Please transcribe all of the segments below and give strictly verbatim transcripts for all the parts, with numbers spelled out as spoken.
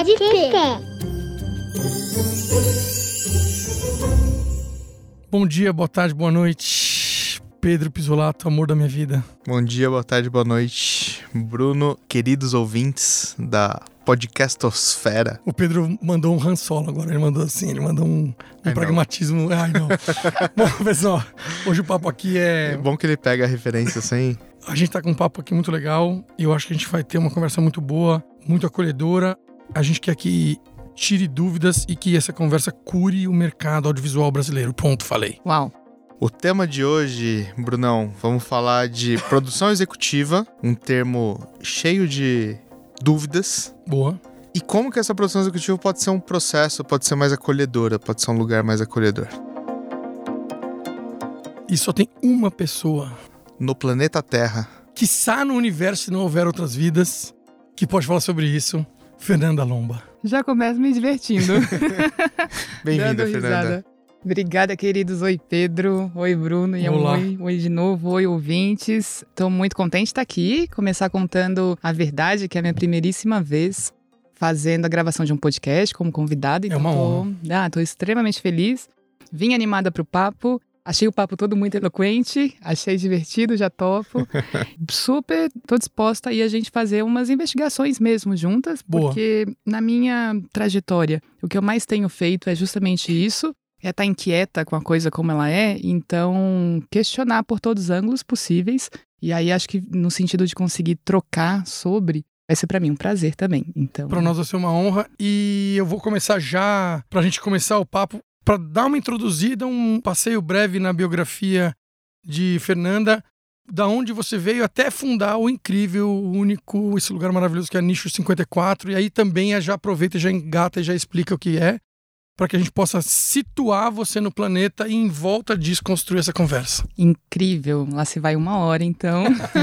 Pode ter. Bom dia, boa tarde, boa noite. Pedro Pisolato, amor da minha vida. Bom dia, boa tarde, boa noite. Bruno, queridos ouvintes da Podcastosfera. O Pedro mandou um Han Solo agora, ele mandou assim, ele mandou um, um pragmatismo. Ai, não. Bom, pessoal, hoje o papo aqui é... É bom que ele pega a referência assim. A gente tá com um papo aqui muito legal e eu acho que a gente vai ter uma conversa muito boa, muito acolhedora. A gente quer que tire dúvidas e que essa conversa cure o mercado audiovisual brasileiro. Ponto, falei. Uau. O tema de hoje, Brunão, vamos falar de produção executiva, um termo cheio de dúvidas. Boa. E como que essa produção executiva pode ser um processo, pode ser mais acolhedora, pode ser um lugar mais acolhedor. E só tem uma pessoa no planeta Terra, quiçá no universo se não houver outras vidas, que pode falar sobre isso, Fernanda Lomba. Já começo me divertindo. Bem-vinda, Fernanda. Risada. Obrigada, queridos. Oi, Pedro. Oi, Bruno. E Olá. Oi, oi de novo. Oi, ouvintes. Estou muito contente de estar aqui. Começar contando a verdade, que é a minha primeiríssima vez fazendo a gravação de um podcast como convidada. Então é uma tô, honra. Ah, tô extremamente feliz. Vim animada pro papo. Achei o papo todo muito eloquente, achei divertido, já topo. Super, tô disposta aí a gente fazer umas investigações mesmo juntas, Boa. Porque na minha trajetória, o que eu mais tenho feito é justamente isso, é estar inquieta com a coisa como ela é, então questionar por todos os ângulos possíveis. E aí acho que no sentido de conseguir trocar sobre, vai ser pra mim um prazer também. Então, Para nós vai ser uma honra e eu vou começar já, pra gente começar o papo, para dar uma introduzida, um passeio breve na biografia de Fernanda, da onde você veio até fundar o incrível, o único, esse lugar maravilhoso que é a Nicho cinquenta e quatro, e aí também já aproveita, já engata e já explica o que é, para que a gente possa situar você no planeta e em volta disso construir essa conversa. Incrível, lá se vai uma hora então.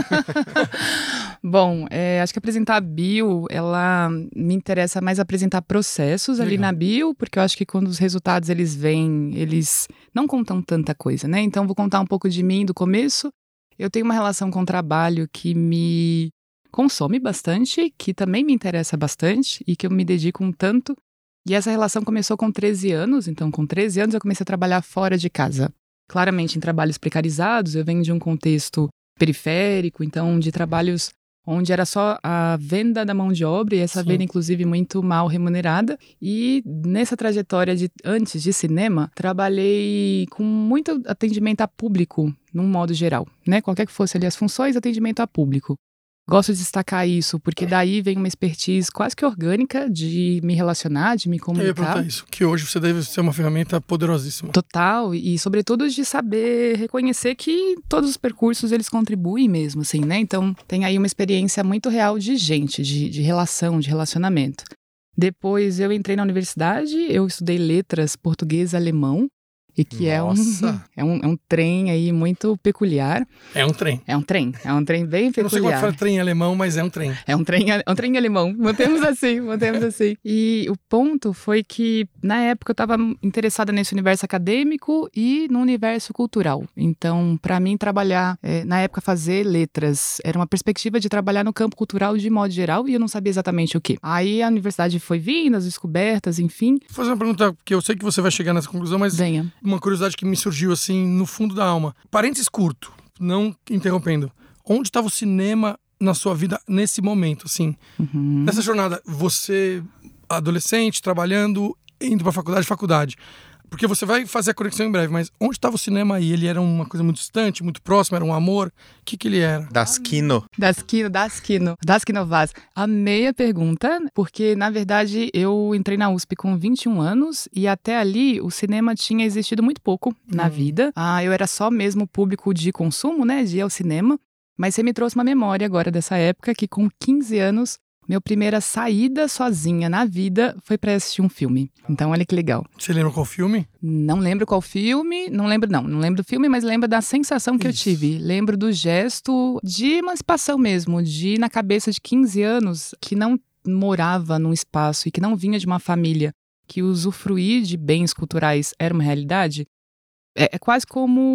Bom, é, acho que apresentar a bio, ela me interessa mais apresentar processos ali Legal. na bio, porque eu acho que quando os resultados eles vêm, eles não contam tanta coisa, né? Então vou contar um pouco de mim do começo. Eu tenho uma relação com o trabalho que me consome bastante, que também me interessa bastante e que eu me dedico um tanto. E essa relação começou com treze anos, então com treze anos eu comecei a trabalhar fora de casa. Claramente em trabalhos precarizados, eu venho de um contexto periférico, então de trabalhos onde era só a venda da mão de obra, e essa Sim. venda inclusive muito mal remunerada. E nessa trajetória de antes de cinema, trabalhei com muito atendimento a público, num modo geral, né? Qualquer que fosse ali as funções, atendimento a público. Gosto de destacar isso, porque daí vem uma expertise quase que orgânica de me relacionar, de me Eu ia comunicar. perguntar isso, que hoje você deve ser uma ferramenta poderosíssima. Total, e sobretudo de saber reconhecer que todos os percursos eles contribuem mesmo, assim, né? Então tem aí uma experiência muito real de gente, de, de relação, de relacionamento. Depois eu entrei na universidade, eu estudei letras português e alemão, e que é um, Nossa. é, um, é um trem aí muito peculiar. É um trem. É um trem, é um trem bem Eu não sei como é que peculiar. fala trem em alemão, mas é um trem. É um trem, é um trem alemão, mantemos assim, mantemos assim. E o ponto foi que, na época, eu estava interessada nesse universo acadêmico e no universo cultural. Então, para mim, trabalhar, é, na época, fazer letras, era uma perspectiva de trabalhar no campo cultural de modo geral, e eu não sabia exatamente o quê. Aí a universidade foi vindo, as descobertas, enfim. Vou fazer uma pergunta, porque eu sei que você vai chegar nessa conclusão, mas Venha. uma curiosidade que me surgiu assim no fundo da alma. Parênteses curto, não interrompendo. Onde estava o cinema na sua vida nesse momento, assim? Uhum. Nessa jornada, você adolescente, trabalhando, indo para faculdade, faculdade. Porque você vai fazer a conexão em breve, mas onde estava o cinema aí? Ele era uma coisa muito distante, muito próximo, era um amor? O que que ele era? Das Kino. Daskino, Daskino, Daskino Vaz. Amei a pergunta, porque, na verdade, eu entrei na U S P com vinte e um anos e até ali o cinema tinha existido muito pouco na Hum. vida. Ah, eu era só mesmo público de consumo, né, de ir ao cinema. Mas você me trouxe uma memória agora dessa época que com quinze anos, minha primeira saída sozinha na vida foi para assistir um filme. Então, olha que legal. Você lembra qual filme? Não lembro qual filme, não lembro não, não lembro do filme, mas lembro da sensação que Isso. eu tive. Lembro do gesto de emancipação mesmo, de na cabeça de quinze anos, que não morava num espaço e que não vinha de uma família que usufruir de bens culturais era uma realidade. É, é quase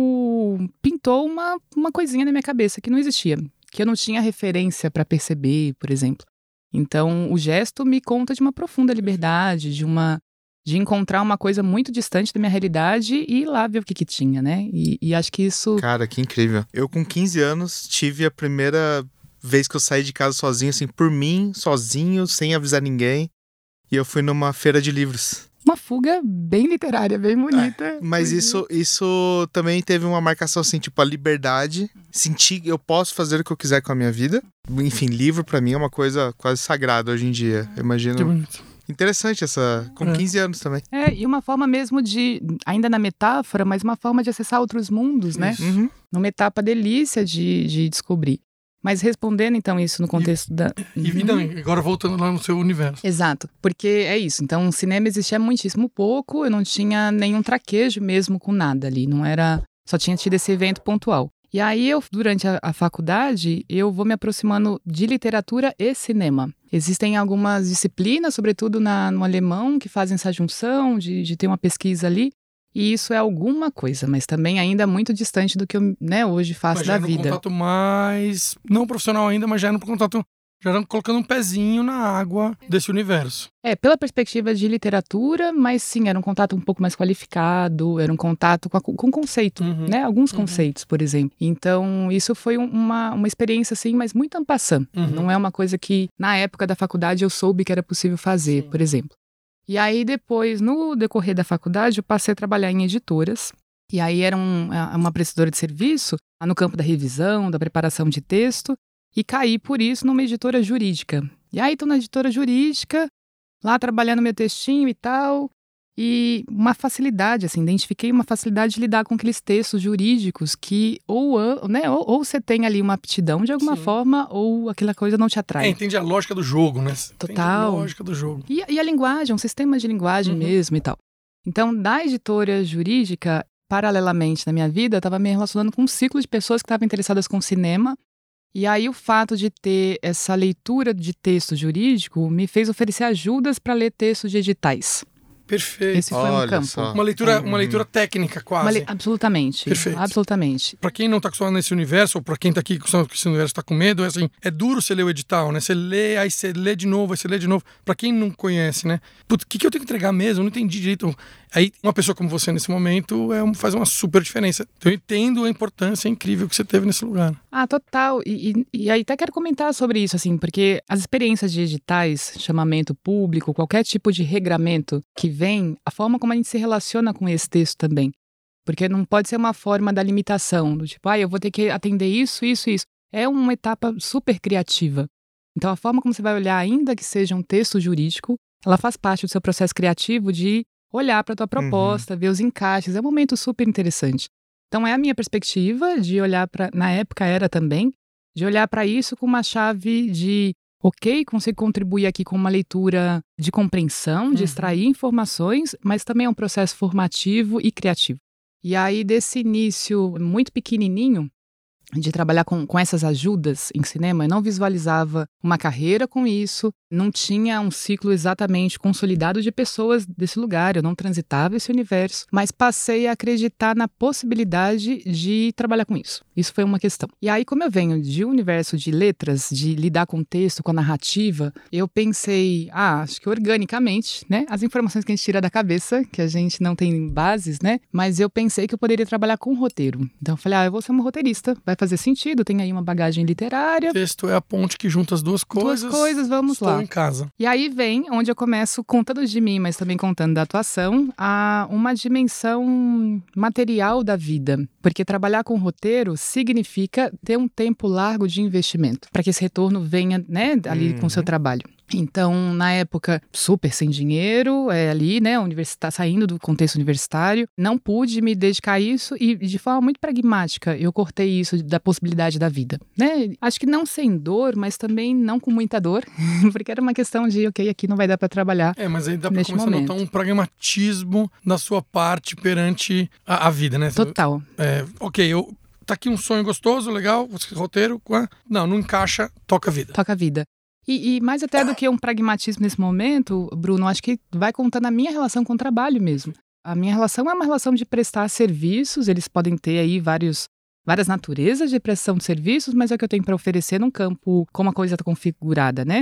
como pintou uma, uma coisinha na minha cabeça que não existia, que eu não tinha referência para perceber, por exemplo. Então, o gesto me conta de uma profunda liberdade, de uma de encontrar uma coisa muito distante da minha realidade e ir lá ver o que que tinha, né? E, e acho que isso... Cara, que incrível. Eu, com quinze anos, tive a primeira vez que eu saí de casa sozinho, assim, por mim, sozinho, sem avisar ninguém. E eu fui numa feira de livros. Uma fuga bem literária, bem bonita. É, mas isso, isso também teve uma marcação, assim, tipo, a liberdade. Sentir que eu posso fazer o que eu quiser com a minha vida. Enfim, livro pra mim é uma coisa quase sagrada hoje em dia. Eu imagino... Que bonito. Interessante essa, com É. quinze anos também. É, e uma forma mesmo de, ainda na metáfora, mas uma forma de acessar outros mundos, né? Isso. Uhum. Numa etapa delícia de, de descobrir. Mas respondendo então isso no contexto da... E Uhum. não, agora voltando lá no seu universo. Exato, porque é isso. Então, o cinema existia muitíssimo pouco, eu não tinha nenhum traquejo mesmo com nada ali, não era... Só tinha tido esse evento pontual. E aí, eu, durante a, a faculdade, eu vou me aproximando de literatura e cinema. Existem algumas disciplinas, sobretudo na, no alemão, que fazem essa junção de, de ter uma pesquisa ali. E isso é alguma coisa, mas também ainda muito distante do que eu, né, hoje faço Mas já da é no vida. contato mais... Não profissional ainda, mas já é no contato... Já era colocando um pezinho na água desse universo. É, pela perspectiva de literatura, mas sim, era um contato um pouco mais qualificado, era um contato com, a, com conceito, Uhum. né? Alguns Uhum. conceitos, por exemplo. Então, isso foi um- uma, uma experiência, assim, mas muito en passant. Uhum. Não é uma coisa que, na época da faculdade, eu soube que era possível fazer, Sim. por exemplo. E aí, depois, no decorrer da faculdade, eu passei a trabalhar em editoras. E aí, era um, uma prestadora de serviço no campo da revisão, da preparação de texto. E caí, por isso, numa editora jurídica. E aí, tô na editora jurídica, lá trabalhando meu textinho e tal, e uma facilidade, assim, identifiquei uma facilidade de lidar com aqueles textos jurídicos que ou, né, ou, ou você tem ali uma aptidão de alguma Sim. forma, ou aquela coisa não te atrai. É, entende a lógica do jogo, né? Entende Total. a lógica do jogo. E, e a linguagem, um sistema de linguagem Uhum. mesmo e tal. Então, da editora jurídica, paralelamente na minha vida, eu estava me relacionando com um ciclo de pessoas que estavam interessadas com cinema. E aí o fato de ter essa leitura de texto jurídico me fez oferecer ajudas para ler textos de editais. Perfeito. Esse foi um Olha campo. só. Uma leitura, Uhum. uma leitura técnica, Uma quase. le- Absolutamente. Perfeito. Absolutamente. Pra quem não tá acostumado nesse universo, ou pra quem tá aqui acostumado com esse universo tá com medo, é assim, é duro você ler o edital, né? Você lê, aí você lê de novo, aí você lê de novo. Pra quem não conhece, né? Putz, o que, que eu tenho que entregar mesmo? Eu não entendi direito. Aí, uma pessoa como você nesse momento é um- faz uma super diferença. Então, eu entendo a importância incrível que você teve nesse lugar. Ah, total. E, e, e aí até quero comentar sobre isso, assim, porque as experiências de editais, chamamento público, qualquer tipo de regramento que vem, a forma como a gente se relaciona com esse texto também. Porque não pode ser uma forma da limitação, do tipo, ah, eu vou ter que atender isso, isso, isso. É uma etapa super criativa. Então, a forma como você vai olhar, ainda que seja um texto jurídico, ela faz parte do seu processo criativo de olhar para a tua proposta, ver os encaixes. É um momento super interessante. Então, é a minha perspectiva de olhar para, na época era também, de olhar para isso com uma chave de, ok, consigo contribuir aqui com uma leitura de compreensão, de Uhum. extrair informações, mas também é um processo formativo e criativo. E aí, desse início muito pequenininho, de trabalhar com, com essas ajudas em cinema, eu não visualizava uma carreira com isso, não tinha um ciclo exatamente consolidado de pessoas desse lugar, eu não transitava esse universo, mas passei a acreditar na possibilidade de trabalhar com isso. Isso foi uma questão. E aí, como eu venho de um universo de letras, de lidar com o texto, com a narrativa, eu pensei, ah, acho que organicamente, né, as informações que a gente tira da cabeça, que a gente não tem bases, né, mas eu pensei que eu poderia trabalhar com roteiro. Então eu falei, ah, eu vou ser uma roteirista, vai fazer sentido, tem aí uma bagagem literária. O texto é a ponte que junta as duas coisas. Duas coisas, vamos Estou lá. em casa. E aí vem onde eu começo contando de mim, mas também contando da atuação, a uma dimensão material da vida. Porque trabalhar com roteiro significa ter um tempo largo de investimento, para que esse retorno venha, né, ali com o seu trabalho. Então, na época, super sem dinheiro, é, ali, né, universitar, saindo do contexto universitário, não pude me dedicar a isso e, de forma muito pragmática, eu cortei isso da possibilidade da vida, né? Acho que não sem dor, mas também não com muita dor, porque era uma questão de, ok, aqui não vai dar para trabalhar. É, mas aí dá pra Neste começar momento. a notar um pragmatismo da sua parte perante a, a vida, né? Total. É, ok, eu, tá aqui um sonho gostoso, legal, roteiro, ué, não, não encaixa, toca a vida. Toca a vida. E, e mais até do que um pragmatismo nesse momento, Bruno, acho que vai contando a minha relação com o trabalho mesmo. A minha relação é uma relação de prestar serviços, eles podem ter aí vários, várias naturezas de prestação de serviços, mas é o que eu tenho para oferecer num campo como a coisa está configurada, né?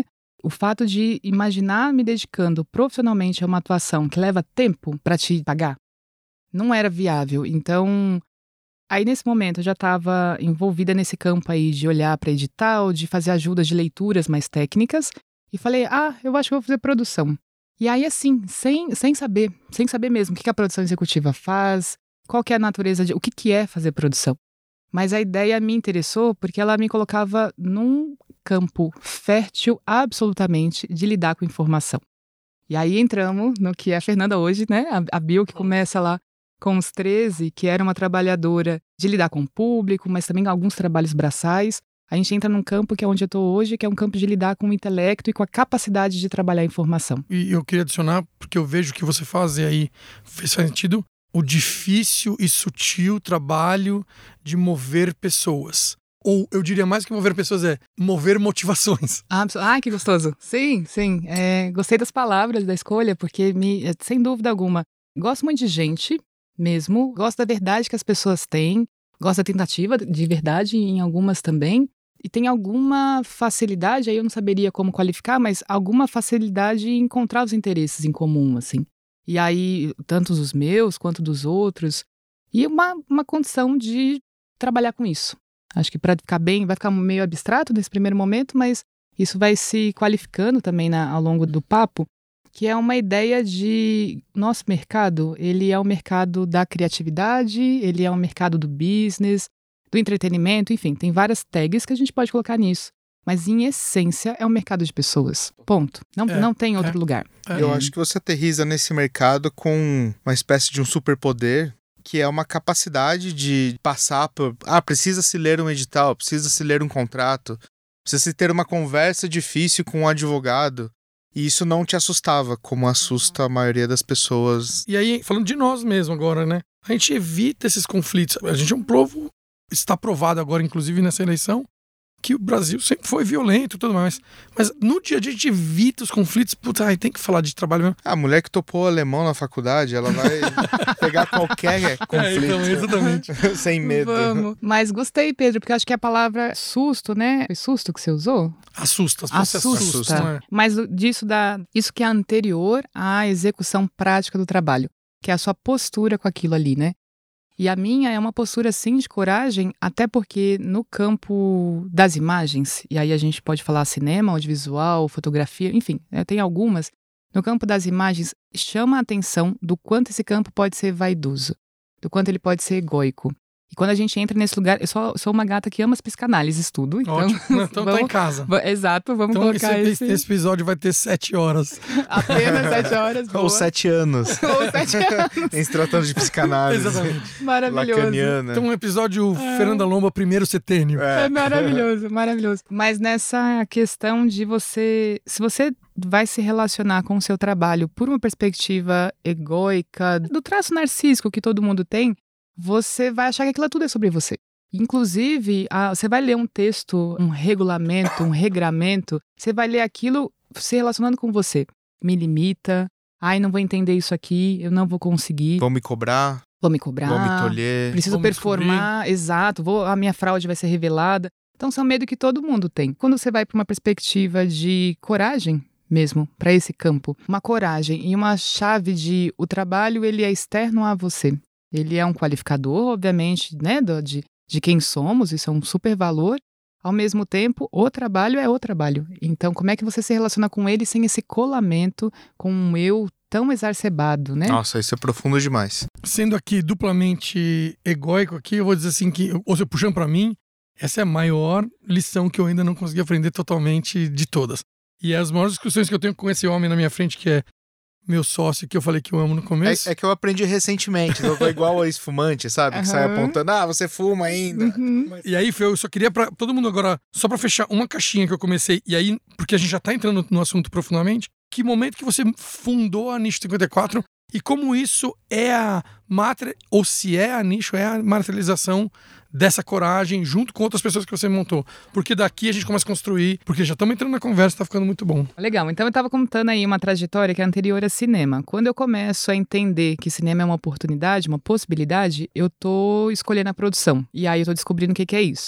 O fato de imaginar me dedicando profissionalmente a uma atuação que leva tempo para te pagar, não era viável. Então, aí nesse momento eu já estava envolvida nesse campo aí de olhar para edital, de fazer ajudas de leituras mais técnicas. E falei, ah, eu acho que vou fazer produção. E aí assim, sem, sem saber, sem saber mesmo o que a produção executiva faz, qual que é a natureza, de, o que, que é fazer produção. Mas a ideia me interessou porque ela me colocava num campo fértil absolutamente de lidar com informação. E aí entramos no que é a Fernanda hoje, né? A, a Bio que começa lá com os treze, que era uma trabalhadora de lidar com o público, mas também alguns trabalhos braçais. A gente entra num campo que é onde eu estou hoje, que é um campo de lidar com o intelecto e com a capacidade de trabalhar a informação. E eu queria adicionar, porque eu vejo que você faz, e aí fez sentido, o difícil e sutil trabalho de mover pessoas. Ou eu diria mais que mover pessoas, é mover motivações. Ah, ah que gostoso. Sim, sim. É, gostei das palavras, da escolha, porque, me, sem dúvida alguma, gosto muito de gente mesmo, gosto da verdade que as pessoas têm, gosto da tentativa de verdade em algumas também. E tem alguma facilidade, aí eu não saberia como qualificar, mas alguma facilidade em encontrar os interesses em comum, assim. E aí, tanto os meus quanto dos outros. E uma, uma condição de trabalhar com isso. Acho que para ficar bem, vai ficar meio abstrato nesse primeiro momento, mas isso vai se qualificando também na, ao longo do papo, que é uma ideia de nosso mercado, ele é um mercado da criatividade, ele é um mercado do business, do entretenimento, enfim, tem várias tags que a gente pode colocar nisso. Mas, em essência, é um mercado de pessoas. Ponto. Não, é, não tem outro é, lugar. É. Eu acho que você aterriza nesse mercado com uma espécie de um superpoder, que é uma capacidade de passar por... Ah, precisa-se ler um edital, precisa-se ler um contrato, precisa-se ter uma conversa difícil com um advogado. E isso não te assustava, como assusta a maioria das pessoas. E aí, falando de nós mesmo agora, né? A gente evita esses conflitos. A gente é um povo... Está provado agora, inclusive, nessa eleição, que o Brasil sempre foi violento e tudo mais. Mas no dia a dia a gente evita os conflitos. Putz, ai, tem que falar de trabalho mesmo. A mulher que topou alemão na faculdade, ela vai pegar qualquer conflito. É, então, exatamente. Sem medo. Vamos. Mas gostei, Pedro, porque acho que a palavra susto, né? Foi susto que você usou? Assusta. As Assusta. assustam, né? Mas disso dá... Isso que é anterior à execução prática do trabalho. Que é a sua postura com aquilo ali, né? E a minha é uma postura, sim, de coragem, até porque no campo das imagens, e aí a gente pode falar cinema, audiovisual, fotografia, enfim, né, tem algumas. No campo das imagens, chama a atenção do quanto esse campo pode ser vaidoso, do quanto ele pode ser egóico. E quando a gente entra nesse lugar, eu sou, sou uma gata que ama as psicanálises, tudo. Então, ótimo. Então vamos, tá em casa. Exato, vamos então, colocar esse, esse... esse episódio vai ter sete horas. Apenas sete horas, boa. Ou sete anos. Ou sete anos. Em se tratando de psicanálise. Exatamente. Maravilhoso. Lacaniana. Então um episódio é. Fernanda Lomba, primeiro setênio. É. é maravilhoso, maravilhoso. Mas nessa questão de você... Se você vai se relacionar com o seu trabalho por uma perspectiva egóica, do traço narcísico que todo mundo tem, você vai achar que aquilo tudo é sobre você. Inclusive, a, você vai ler um texto, um regulamento, um regramento, você vai ler aquilo se relacionando com você. Me limita, ai, não vou entender isso aqui, eu não vou conseguir. Vão me cobrar. Vou me cobrar. Vão me tolher. Preciso performar, exato, vou, a minha fraude vai ser revelada. Então, são medo que todo mundo tem. Quando você vai para uma perspectiva de coragem, mesmo, para esse campo, uma coragem e uma chave de o trabalho, ele é externo a você. Ele é um qualificador, obviamente, né, de, de quem somos, isso é um super valor. Ao mesmo tempo, o trabalho é o trabalho. Então, como é que você se relaciona com ele sem esse colamento com um eu tão exacerbado, né? Nossa, isso é profundo demais. Sendo aqui duplamente egóico aqui, eu vou dizer assim que, ou seja, puxando pra mim, essa é a maior lição que eu ainda não consegui aprender totalmente de todas. E as maiores discussões que eu tenho com esse homem na minha frente, que é meu sócio, que eu falei que eu amo no começo. É, é que eu aprendi recentemente, eu tô igual a ex-fumante, sabe? Uhum. Que sai apontando, ah, você fuma ainda. Uhum. Mas... E aí, eu só queria pra todo mundo agora, só pra fechar uma caixinha que eu comecei, e aí, porque a gente já tá entrando no assunto profundamente, que momento que você fundou a Nicho cinquenta e quatro e como isso é a matriz, ou se é a Nicho, é a materialização dessa coragem junto com outras pessoas que você montou. Porque daqui a gente começa a construir, porque já estamos entrando na conversa, tá ficando muito bom. Legal, então eu estava contando aí uma trajetória que é anterior a cinema. Quando eu começo a entender que cinema é uma oportunidade, uma possibilidade, eu tô escolhendo a produção. E aí eu tô descobrindo o que, que é isso.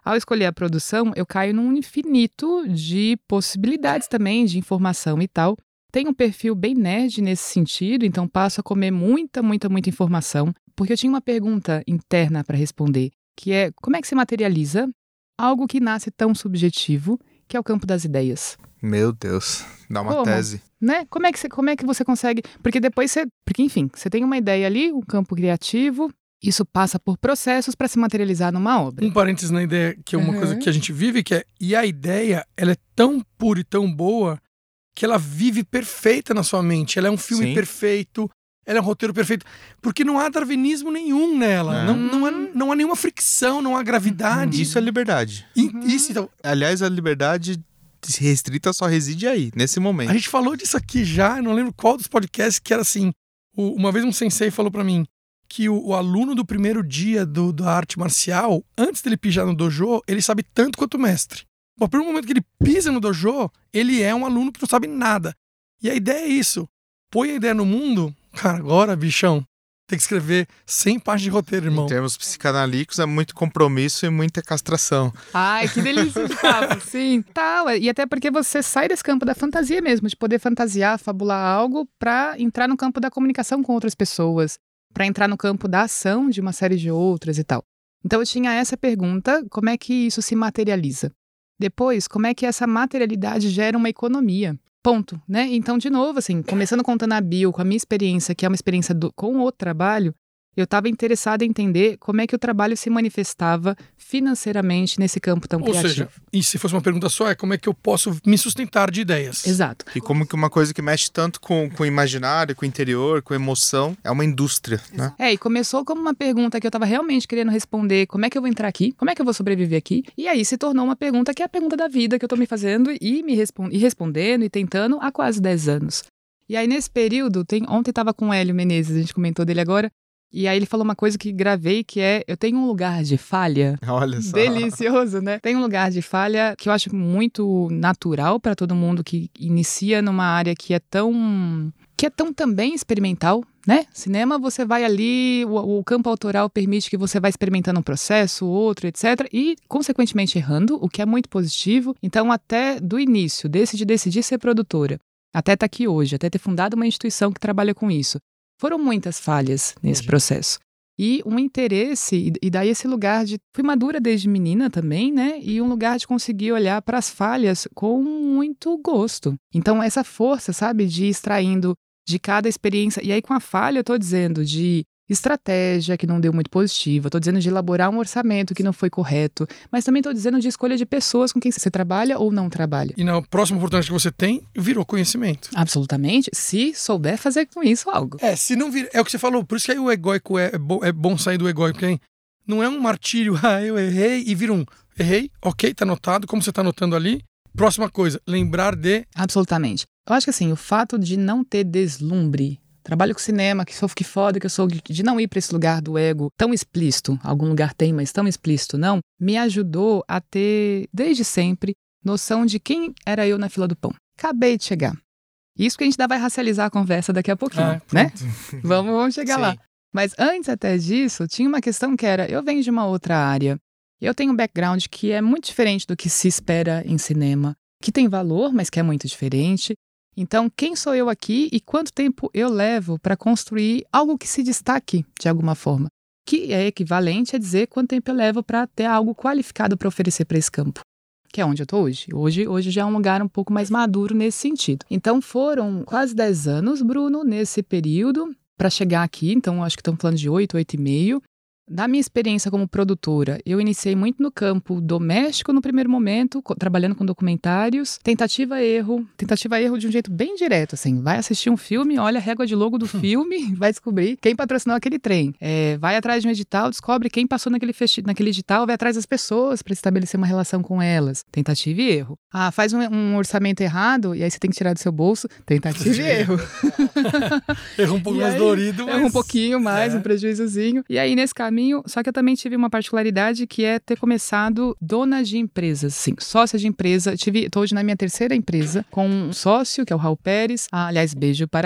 ao escolher a produção, eu caio num infinito de possibilidades também, de informação e tal. Tenho um perfil bem nerd nesse sentido, então passo a comer muita, muita, muita informação, porque eu tinha uma pergunta interna para responder, que é como é que se materializa algo que nasce tão subjetivo, que é o campo das ideias? Meu Deus, dá uma Como? tese. Né? Como é que você, como é que você consegue... Porque depois você... Porque, enfim, você tem uma ideia ali, um campo criativo, isso passa por processos para se materializar numa obra. Um parênteses na ideia, que é uma Uhum. coisa que a gente vive, que é... E a ideia, ela é tão pura e tão boa que ela vive perfeita na sua mente. Ela é um filme Sim. perfeito, ela é um roteiro perfeito. Porque não há darwinismo nenhum nela. É. Não, não, há, não há nenhuma fricção, não há gravidade. Isso é liberdade. E- Isso, então, Aliás, a liberdade restrita só reside aí, nesse momento. a gente falou disso aqui já, eu não lembro qual dos podcasts, que era assim, o- uma vez um sensei falou pra mim que o, o aluno do primeiro dia do, da arte marcial, antes dele pisar no dojo, ele sabe tanto quanto o mestre. A partir do momento que ele pisa no dojo, ele é um aluno que não sabe nada. E a ideia é isso. Põe a ideia no mundo, cara, agora, bichão, tem que escrever cem páginas de roteiro, irmão. Em termos psicanalíticos, é muito compromisso e muita castração. Ai, que delícia de papo, sim. Tal, e até porque você sai desse campo da fantasia mesmo, de poder fantasiar, fabular algo para entrar no campo da comunicação com outras pessoas, para entrar no campo da ação de uma série de outras e tal. Então eu tinha essa pergunta, como é que isso se materializa? Depois, como é que essa materialidade gera uma economia? Ponto, né? Então, de novo, assim, começando contando a bio, com a minha experiência, que é uma experiência do, com o trabalho, eu estava interessada em entender como é que o trabalho se manifestava financeiramente nesse campo tão Ou criativo. seja, e se fosse uma pergunta só, é como é que eu posso me sustentar de ideias? Exato. E como que uma coisa que mexe tanto com, com o imaginário, com o interior, com a emoção, é uma indústria, né? É, e começou como uma pergunta que eu estava realmente querendo responder, como é que eu vou entrar aqui? Como é que eu vou sobreviver aqui? E aí se tornou uma pergunta que é a pergunta da vida que eu estou me fazendo e me respon- e respondendo e tentando há quase dez anos. E aí nesse período, tem, ontem estava com o Hélio Menezes, a gente comentou dele agora, e aí ele falou uma coisa que gravei, que é, eu tenho um lugar de falha. Olha só. Delicioso, né? Tem um lugar de falha que eu acho muito natural para todo mundo que inicia numa área que é tão que é tão também experimental, né? Cinema, você vai ali, o, o campo autoral permite que você vá experimentando um processo, outro, etcétera. E, consequentemente, errando, o que é muito positivo. Então, até do início, desse de decidir ser produtora, até estar aqui hoje, até ter fundado uma instituição que trabalha com isso, foram muitas falhas nesse Entendi. processo. E um interesse, e- e daí esse lugar de... Fui madura desde menina também, né? E um lugar de conseguir olhar para as falhas com muito gosto. Então, essa força, sabe? De ir extraindo de cada experiência. E aí, com a falha, eu tô dizendo de estratégia que não deu muito positiva, tô dizendo de elaborar um orçamento que não foi correto, mas também tô dizendo de escolha de pessoas com quem você trabalha ou não trabalha. E na próxima oportunidade que você tem, virou conhecimento. Absolutamente, se souber fazer com isso algo. É, se não vir, é o que você falou, por isso que aí o egóico é, é, bom, é bom sair do egóico, porque aí não é um martírio, ah, eu errei, e vira um, errei, ok, tá anotado, como você tá anotando ali. Próxima coisa, lembrar de... Absolutamente. Eu acho que assim, o fato de não ter deslumbre, trabalho com cinema, que sou que foda que eu sou, de não ir para esse lugar do ego tão explícito, algum lugar tem, mas tão explícito não, me ajudou a ter, desde sempre, noção de quem era eu na fila do pão. Acabei de chegar. Isso que a gente ainda vai racializar a conversa daqui a pouquinho, Ah, né? Vamos, vamos chegar Sim. lá. Mas antes até disso, tinha uma questão que era, eu venho de uma outra área, eu tenho um background que é muito diferente do que se espera em cinema, que tem valor, mas que é muito diferente. Então, quem sou eu aqui e quanto tempo eu levo para construir algo que se destaque de alguma forma? Que é equivalente a dizer quanto tempo eu levo para ter algo qualificado para oferecer para esse campo. Que é onde eu estou hoje. hoje. Hoje já é um lugar um pouco mais maduro nesse sentido. Então, foram quase dez anos, Bruno, nesse período, para chegar aqui. Então, acho que estamos falando de oito, oito e meio. Da minha experiência como produtora, eu iniciei muito no campo doméstico no primeiro momento, co- trabalhando com documentários, tentativa-erro, tentativa-erro de um jeito bem direto, assim, vai assistir um filme, olha a régua de logo do filme, vai descobrir quem patrocinou aquele trem, é, vai atrás de um edital, descobre quem passou naquele, festi- naquele edital, vai atrás das pessoas para estabelecer uma relação com elas, tentativa e erro. Ah, faz um, um orçamento errado e aí você tem que tirar do seu bolso, tentativa e erro. Errou um pouco E mais aí, dorido, mas... Erra um pouquinho mais, É. um prejuízozinho. E aí, nesse caminho, só que eu também tive uma particularidade que é ter começado dona de empresas, sim, sócia de empresa. Tive, tô hoje na minha terceira empresa, com um sócio, que é o Raul Pérez. Ah, aliás, beijo para Raul.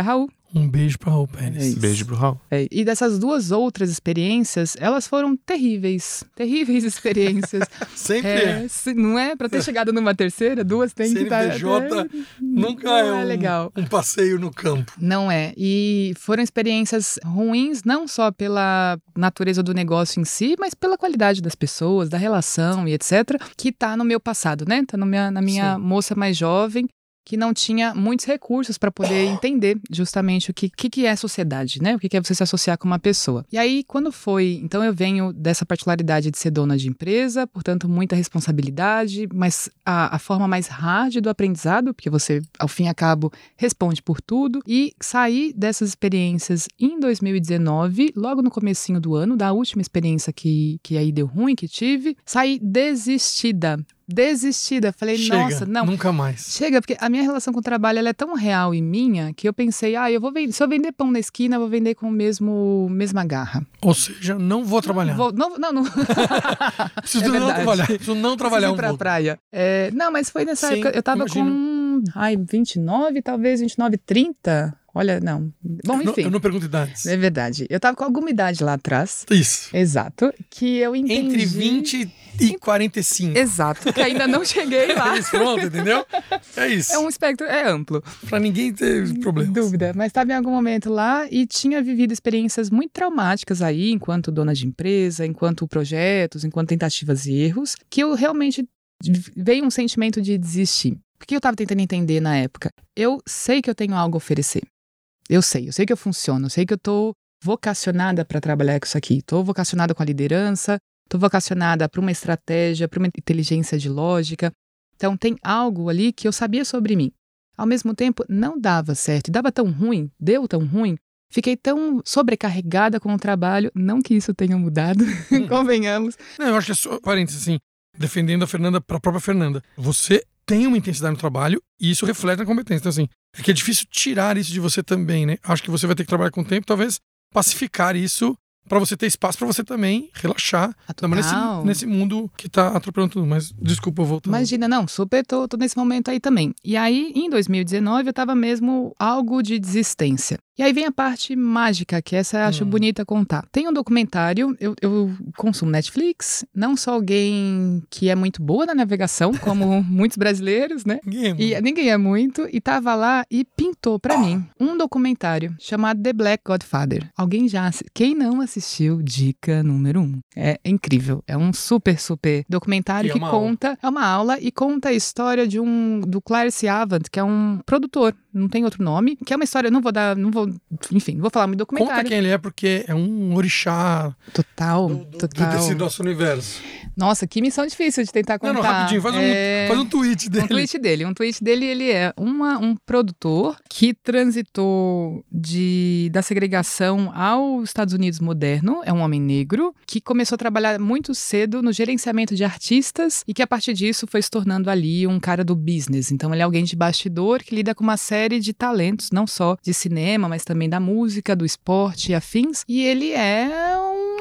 Um beijo pra Raul É Pérez. isso. Beijo pro Raul. É, e dessas duas outras experiências, elas foram terríveis. Terríveis experiências. Sempre É, é. se- não é? Pra ter chegado numa terceira, duas tem que estar... C N P J nunca não é, é um, legal. um passeio no campo. Não é. E foram experiências ruins, não só pela natureza do negócio em si, mas pela qualidade das pessoas, da relação e etcétera, que tá no meu passado, né? Tá no minha, na minha Sim. moça mais jovem, que não tinha muitos recursos para poder entender justamente o que, que, que é sociedade, né? O que, que é você se associar com uma pessoa. E aí, quando foi... Então, eu venho dessa particularidade de ser dona de empresa, portanto, muita responsabilidade, mas a, a forma mais hard do aprendizado, porque você, ao fim e ao cabo, responde por tudo. E saí dessas experiências em dois mil e dezenove, logo no comecinho do ano, da última experiência que, que aí deu ruim, que tive, saí desistida. Desistida. Falei, Chega, nossa, não. nunca mais. Chega, porque a minha relação com o trabalho ela é tão real e minha que eu pensei, ah, eu vou vender, se eu vender pão na esquina, eu vou vender com o mesmo mesma garra. Ou seja, não vou trabalhar. Vou- não, não, não. Preciso É não verdade. trabalhar. Preciso não trabalhar Preciso um ir pra pouco. praia. É, não, mas foi nessa Sim, época, eu tava imagino. com, ai, vinte e nove, talvez, vinte e nove, trinta. Olha, não. Bom, Eu não- enfim. Eu não pergunto idades. É verdade. Eu tava com alguma idade lá atrás. Isso. Exato. Que eu entendi. Entre vinte e quarenta e cinco. Exato. Que ainda não cheguei lá. É isso, pronto, entendeu? É isso. É um espectro, é amplo. Pra ninguém ter problemas. Dúvida, mas estava em algum momento lá e tinha vivido experiências muito traumáticas aí, enquanto dona de empresa, enquanto projetos, enquanto tentativas e erros, que eu realmente veio um sentimento de desistir. O que eu estava tentando entender na época? Eu sei que eu tenho algo a oferecer. Eu sei, eu sei que eu funciono, eu sei que eu estou vocacionada para trabalhar com isso aqui. Estou vocacionada com a liderança, estou vocacionada para uma estratégia, para uma inteligência de lógica. Então tem algo ali que eu sabia sobre mim. Ao mesmo tempo, não dava certo. E dava tão ruim, deu tão ruim. Fiquei tão sobrecarregada com o trabalho. Não que isso tenha mudado, convenhamos. Não, eu acho que é só, parênteses, assim, defendendo a Fernanda pra própria Fernanda. Você tem uma intensidade no trabalho e isso reflete na competência. Então, assim, é que é difícil tirar isso de você também, né? Acho que você vai ter que trabalhar com o tempo, talvez pacificar isso pra você ter espaço pra você também relaxar. Ah, Também nesse, total. nesse mundo que tá atropelando tudo. Mas, desculpa, eu voltando. Imagina, não, super, tô, tô nesse momento aí também. E aí, em dois mil e dezenove, eu tava mesmo algo de desistência. E aí vem a parte mágica, que essa eu acho Hum. bonita contar. Tem um documentário, eu, eu consumo Netflix, não sou alguém que é muito boa na navegação, como muitos brasileiros, né? Ninguém, E ninguém é muito, e tava lá e pintou pra mim um documentário chamado The Black Godfather. Alguém já assi- Quem não assistiu, dica número um. É incrível, é um super, super documentário E é que uma conta, é uma aula e conta a história de um, do Clarence Avant, que é um produtor, não tem outro nome, que é uma história, não vou dar, não vou, enfim, não vou falar muito do Conta documentário. quem ele é, porque é um orixá Total, do, do, total. desse nosso universo. Nossa, que missão difícil de tentar contar. Não, não, rapidinho, faz um, É... faz um tweet dele. Um tweet dele. Um tweet dele, ele é uma, um produtor que transitou de, da segregação aos Estados Unidos moderno. É um homem negro que começou a trabalhar muito cedo no gerenciamento de artistas e que, a partir disso, foi se tornando ali um cara do business. Então, ele é alguém de bastidor que lida com uma série de talentos, não só de cinema, mas também da música, do esporte e afins. E ele é um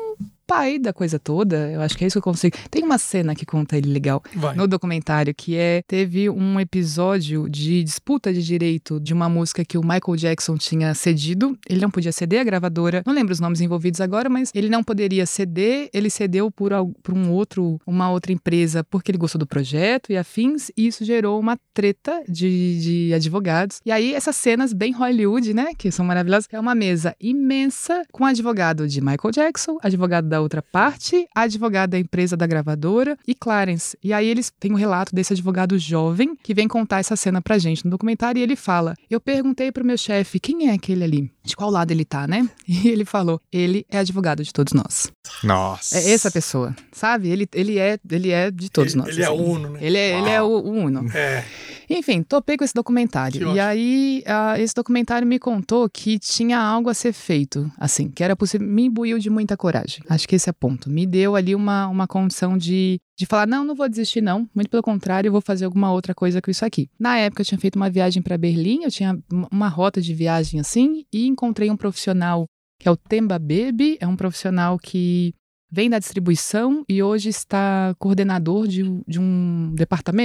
pai da coisa toda. Eu acho que é isso que eu consigo. Tem uma cena que conta ele legal Vai. no documentário, que é, teve um episódio de disputa de direito de uma música que o Michael Jackson tinha cedido. Ele não podia ceder, a gravadora, não lembro os nomes envolvidos agora, mas ele não poderia ceder, ele cedeu por, al- por um outro, uma outra empresa porque ele gostou do projeto e afins, e isso gerou uma treta de, de advogados. E aí essas cenas bem Hollywood, né, que são maravilhosas, é uma mesa imensa com advogado de Michael Jackson, advogado da outra parte, advogado da empresa da gravadora e Clarence. E aí eles têm um relato desse advogado jovem que vem contar essa cena pra gente no documentário e ele fala, eu perguntei pro meu chefe, quem é aquele ali? De qual lado ele tá, né? E ele falou, ele é advogado de todos nós. Nossa. É essa pessoa, sabe? Ele, ele, é, ele é de todos Ele- nós. ele é assim. uno, né? Ele é, ele é o, o uno. É. Enfim, topei com esse Que documentário. ótimo. E aí, ah, esse documentário me contou que tinha algo a ser feito, assim, que era possível. Me imbuiu de muita coragem. Acho que esse é o ponto. Me deu ali uma, uma condição de, de falar: não, não vou desistir, não. Muito pelo contrário, eu vou fazer alguma outra coisa com isso aqui. Na época, eu tinha feito uma viagem para Berlim, eu tinha uma- uma rota de viagem assim, e encontrei um profissional que é o Temba Baby, é um profissional que vem da distribuição e hoje está coordenador de, de um departamento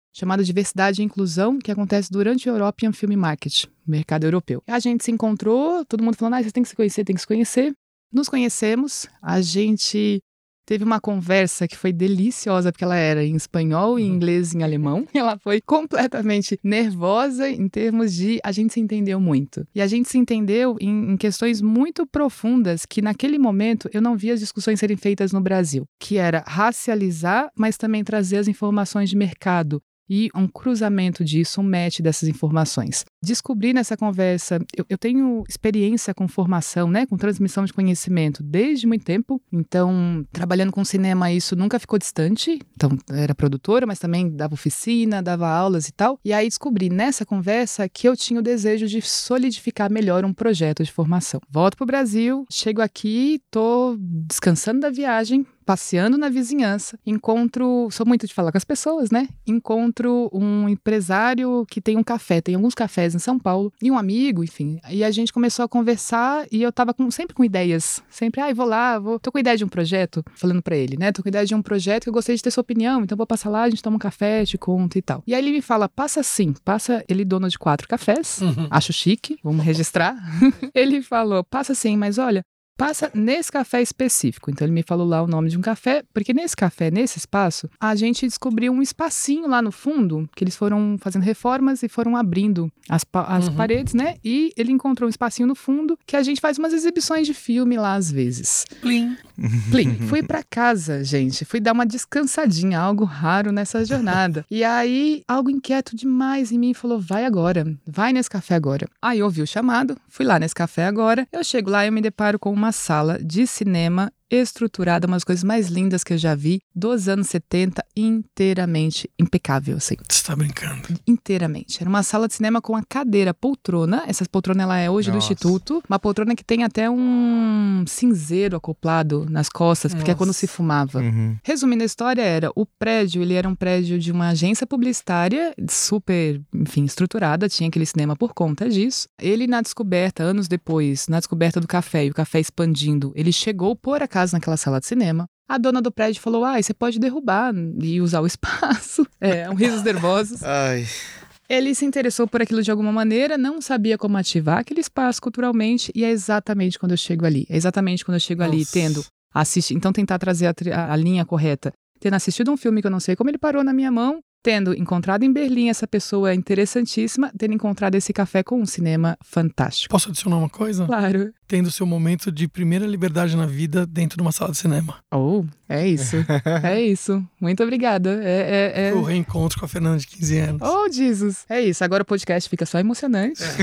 chamado Diversidade e Inclusão, que acontece durante o European Film Market, mercado europeu. A gente se encontrou, todo mundo falando, ah, vocês têm que se conhecer, tem que se conhecer. Nos conhecemos, a gente teve uma conversa que foi deliciosa, porque ela era em espanhol, em inglês e em alemão. Ela foi completamente nervosa em termos de a gente se entendeu muito. E a gente se entendeu em, em questões muito profundas que naquele momento eu não via as discussões serem feitas no Brasil, que era racializar, mas também trazer as informações de mercado. E um cruzamento disso, um match dessas informações. Descobri nessa conversa, eu, eu tenho experiência com formação, né, com transmissão de conhecimento desde muito tempo, então trabalhando com cinema isso nunca ficou distante, então era produtora, mas também dava oficina, dava aulas e tal, e aí descobri nessa conversa que eu tinha o desejo de solidificar melhor um projeto de formação. Volto pro Brasil, chego aqui, tô descansando da viagem, passeando na vizinhança, encontro, sou muito de falar com as pessoas, né? Encontro um empresário que tem um café, tem alguns cafés em São Paulo, e um amigo, enfim. E a gente começou a conversar e eu tava com, sempre com ideias, sempre, ah, vou lá, vou, tô com ideia de um projeto, falando pra ele, né? Tô com ideia de um projeto que eu gostaria de ter sua opinião, então vou passar lá, a gente toma um café, te conto e tal. E aí ele me fala, passa sim, passa, ele dono de quatro cafés, uhum. Acho chique, vamos registrar. Ele falou, passa sim, mas olha, passa nesse café específico. Então ele me falou lá o nome de um café, porque nesse café, nesse espaço, a gente descobriu um espacinho lá no fundo, que eles foram fazendo reformas e foram abrindo as, pa- as uhum. paredes, né? E ele encontrou um espacinho no fundo que a gente faz umas exibições de filme lá às vezes. Plim. Plim. Fui pra casa, gente. Fui dar uma descansadinha, algo raro nessa jornada. E aí, algo inquieto demais em mim falou, vai agora, vai nesse café agora. Aí eu ouvi o chamado, fui lá nesse café agora. Eu chego lá e eu me deparo com uma sala de cinema estruturada, umas coisas mais lindas que eu já vi, dos anos setenta, inteiramente impecável, assim. Você tá brincando? Inteiramente. Era uma sala de cinema com a cadeira poltrona, essa poltrona ela é hoje Nossa. do Instituto, uma poltrona que tem até um cinzeiro acoplado nas costas, porque Nossa. é quando se fumava. Uhum. Resumindo a história, era, o prédio, ele era um prédio de uma agência publicitária, super, enfim, estruturada, tinha aquele cinema por conta disso. Ele, na descoberta, anos depois, na descoberta do café, e o café expandindo, ele chegou por acaso naquela sala de cinema. A dona do prédio falou, ah, você pode derrubar e usar o espaço. É, um risos nervosos. Ai... Ele se interessou por aquilo de alguma maneira, não sabia como ativar aquele espaço culturalmente, e é exatamente quando eu chego ali. É exatamente quando eu chego Nossa. ali, tendo assistido. Então, tentar trazer a, a, a linha correta. Tendo assistido um filme que eu não sei como ele parou na minha mão, tendo encontrado em Berlim essa pessoa interessantíssima, tendo encontrado esse café com um cinema fantástico. Posso adicionar uma coisa? Claro. Tendo seu momento de primeira liberdade na vida dentro de uma sala de cinema. Oh, é isso. É isso. Muito obrigada. É, é, é... O reencontro com a Fernanda de quinze anos. Oh, Jesus. É isso. Agora o podcast fica só emocionante. É.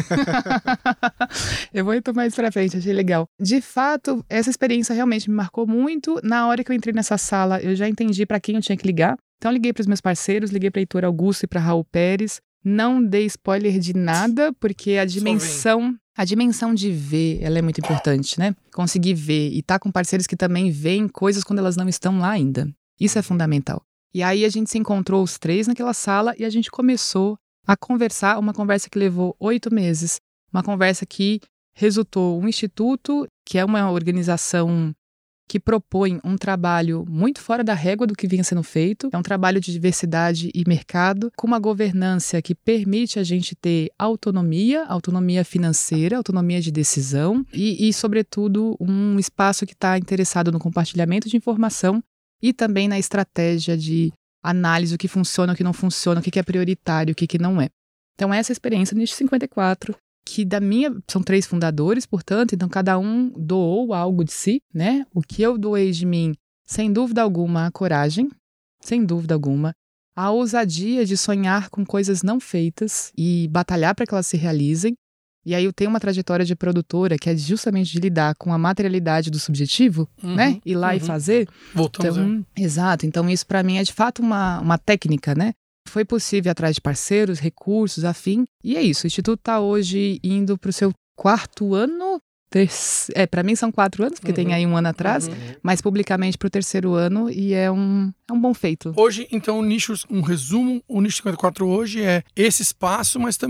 Eu vou retomar isso pra frente. Achei legal. De fato, essa experiência realmente me marcou muito. Na hora que eu entrei nessa sala, eu já entendi pra quem eu tinha que ligar. Então, liguei para os meus parceiros, liguei para Heitor Augusto e para Raul Pérez. Não dei spoiler de nada, porque a dimensão, a dimensão de ver, ela é muito importante, né? Conseguir ver e estar tá com parceiros que também veem coisas quando elas não estão lá ainda. Isso é fundamental. E aí a gente se encontrou os três naquela sala e a gente começou a conversar, uma conversa que levou oito meses. Uma conversa que resultou um instituto, que é uma organização que propõe um trabalho muito fora da régua do que vinha sendo feito. É um trabalho de diversidade e mercado, com uma governança que permite a gente ter autonomia, autonomia financeira, autonomia de decisão e, e sobretudo, um espaço que está interessado no compartilhamento de informação e também na estratégia de análise do que funciona, o que não funciona, o que é prioritário, o que não é. Então, essa experiência no Nicho cinquenta e quatro, que da minha, são três fundadores, portanto, então cada um doou algo de si, né? O que eu doei de mim, sem dúvida alguma, a coragem, sem dúvida alguma, a ousadia de sonhar com coisas não feitas e batalhar para que elas se realizem. E aí eu tenho uma trajetória de produtora que é justamente de lidar com a materialidade do subjetivo, uhum, né? Ir lá uhum. e fazer. Voltamos então, a... Exato. Então isso para mim é de fato uma, uma técnica, né? Foi possível ir atrás de parceiros, recursos, afim. E é isso, o Instituto está hoje indo para o seu quarto ano. Ter... É, para mim são quatro anos, porque uhum. tem aí um ano atrás, uhum. mas publicamente para o terceiro ano e é um, é um bom feito. Hoje, então, o Nicho, um resumo, o Nicho cinquenta e quatro hoje é esse espaço, mas também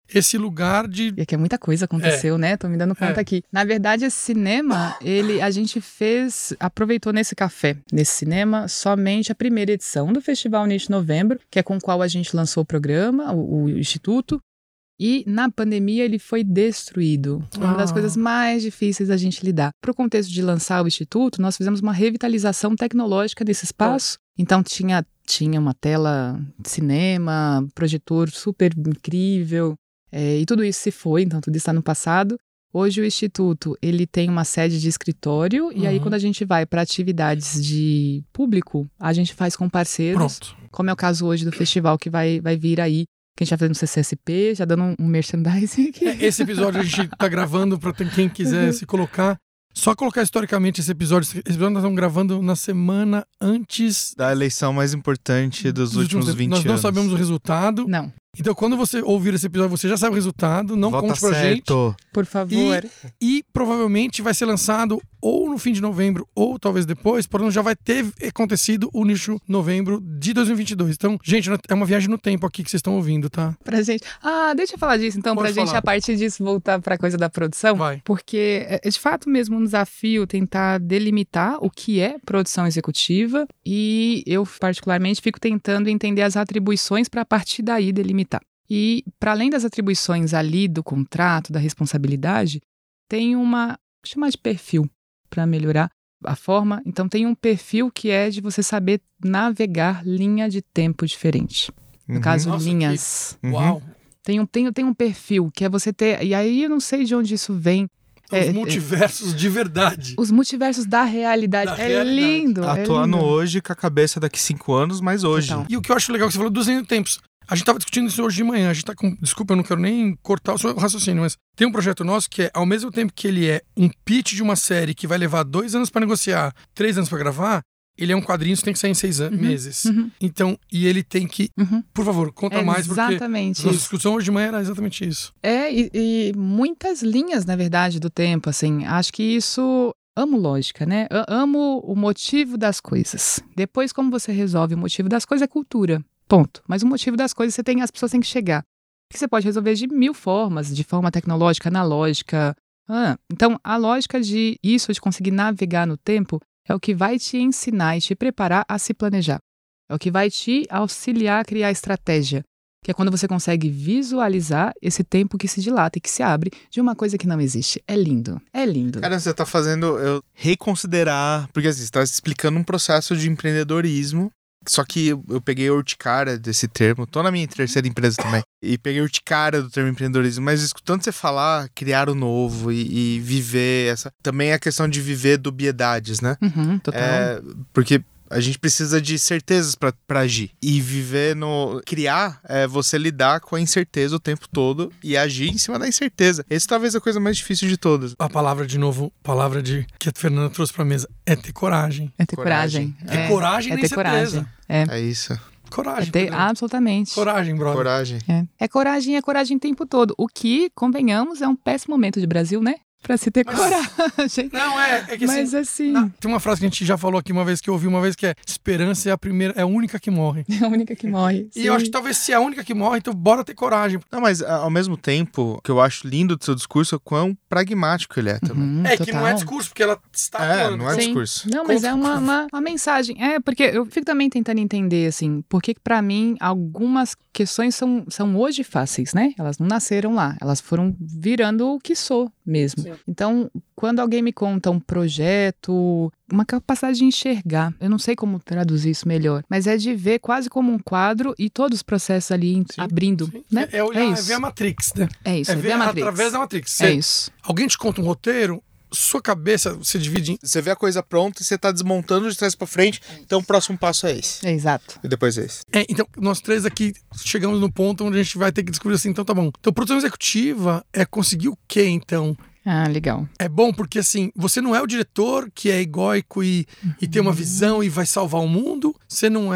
esse lugar de... E aqui é muita coisa aconteceu, é. né? Tô me dando conta é. aqui. Na verdade, esse cinema, ele, a gente fez, aproveitou nesse café, nesse cinema, somente a primeira edição do Festival Niche Novembro, que é com o qual a gente lançou o programa, o, o Instituto. E na pandemia ele foi destruído. Uma ah. das coisas mais difíceis da gente lidar. Para o contexto de lançar o Instituto, nós fizemos uma revitalização tecnológica desse espaço. Oh. Então tinha, tinha uma tela de cinema, projetor super incrível. É, e tudo isso se foi, então tudo está no passado. Hoje o Instituto, ele tem uma sede de escritório, uhum. e aí quando a gente vai para atividades de público, a gente faz com parceiros, Pronto. como é o caso hoje do festival que vai, vai vir aí, que a gente vai fazendo no C C S P, já dando um, um merchandising aqui. É, esse episódio a gente tá gravando para quem quiser uhum. se colocar. Só colocar historicamente esse episódio. Esse episódio nós estamos gravando na semana antes... da eleição mais importante dos, dos últimos vinte nós anos. Nós não sabemos o resultado. Não. Então, quando você ouvir esse episódio, você já sabe o resultado. Não Vota conte pra certo. gente. Por favor. E, e provavelmente vai ser lançado ou no fim de novembro, ou talvez depois, porém já vai ter acontecido o Nicho Novembro de dois mil e vinte e dois. Então, gente, é uma viagem no tempo aqui que vocês estão ouvindo, tá? Pra gente... Ah, deixa eu falar disso, então, Pode pra falar. gente, a partir disso, voltar pra coisa da produção. Vai. Porque é de fato mesmo um desafio tentar delimitar o que é produção executiva e eu, particularmente, fico tentando entender as atribuições para a partir daí delimitar. E, para além das atribuições ali do contrato, da responsabilidade, tem uma, vou chamar de perfil, para melhorar a forma. Então, tem um perfil que é de você saber navegar linha de tempo diferente. No uhum. caso, Nossa, linhas. Que... Uau! Tem um, tem, tem um perfil que é você ter... E aí, eu não sei de onde isso vem. Os é, multiversos é, de verdade. Os multiversos da realidade. Da é realidade. lindo. Atuando é lindo. hoje com a cabeça daqui cinco anos, mas hoje. Total. E o que eu acho legal que você falou dos linhas de tempos. A gente estava discutindo isso hoje de manhã. A gente tá com... Desculpa, eu não quero nem cortar o seu raciocínio, mas tem um projeto nosso que é, ao mesmo tempo que ele é um pitch de uma série que vai levar dois anos para negociar, três anos para gravar, ele é um quadrinho que tem que sair em seis an- uhum, meses. Uhum. Então, e ele tem que... Uhum. Por favor, conta é mais, porque exatamente a nossa discussão hoje de manhã era exatamente isso. É, e, e muitas linhas, na verdade, do tempo, assim. Acho que isso... Amo lógica, né? Eu amo o motivo das coisas. Depois, como você resolve o motivo das coisas, é cultura. Ponto. Mas o motivo das coisas, você tem, as pessoas têm que chegar. Que você pode resolver de mil formas, de forma tecnológica, analógica. Ah, então, a lógica de isso, de conseguir navegar no tempo, é o que vai te ensinar e te preparar a se planejar. É o que vai te auxiliar a criar estratégia. Que é quando você consegue visualizar esse tempo que se dilata e que se abre de uma coisa que não existe. É lindo. É lindo. Cara, você tá fazendo eu reconsiderar... Porque assim, você tá explicando um processo de empreendedorismo. Só que eu, eu peguei a urticária desse termo. Tô na minha terceira empresa também. E peguei a urticária do termo empreendedorismo. Mas escutando você falar, criar o novo e, e viver essa... Também a questão de viver dubiedades, né? Uhum, total. É, porque... A gente precisa de certezas pra, pra agir. E viver no... Criar é você lidar com a incerteza o tempo todo e agir em cima da incerteza. Essa talvez é a coisa mais difícil de todas. A palavra, de novo, palavra de que a Fernanda trouxe pra mesa é ter coragem. É ter coragem. coragem. É, é coragem é nem ter certeza. Coragem. É. é isso. Coragem. É ter, absolutamente. Coragem, brother. Coragem. É. é coragem, é coragem o tempo todo. O que, convenhamos, é um péssimo momento de Brasil, né? Pra se ter mas, coragem. Não, é, é que Mas assim... assim... Não, tem uma frase que a gente já falou aqui uma vez, que eu ouvi uma vez, que é esperança é a primeira, é a única que morre. É a única que morre. E sim. Eu acho que talvez se é a única que morre, então bora ter coragem. Não, mas ao mesmo tempo, o que eu acho lindo do seu discurso é o quão pragmático ele é também. Uhum, é, total. que não é discurso, porque ela está É, falando. não é Sim. discurso. Não, mas é uma, uma, uma mensagem. É, porque eu fico também tentando entender, assim, porque pra mim algumas questões são, são hoje fáceis, né? Elas não nasceram lá, elas foram virando o que sou mesmo. Sim. Então, quando alguém me conta um projeto, uma capacidade de enxergar, eu não sei como traduzir isso melhor, mas é de ver quase como um quadro e todos os processos ali sim, abrindo, sim. né? É, olhar, é, é ver a Matrix, né? É isso, é, é ver, ver a Matrix. Através da Matrix. Você, é isso. Alguém te conta um roteiro, sua cabeça se divide em... Você vê a coisa pronta e você tá desmontando de trás pra frente, então o próximo passo é esse. É exato. E depois é esse. É, então, nós três aqui chegamos no ponto onde a gente vai ter que descobrir assim, então tá bom. Então, produção executiva é conseguir o quê, então? Ah, legal. É bom porque, assim, você não é o diretor que é egóico e, uhum. e tem uma visão e vai salvar o mundo. Você não é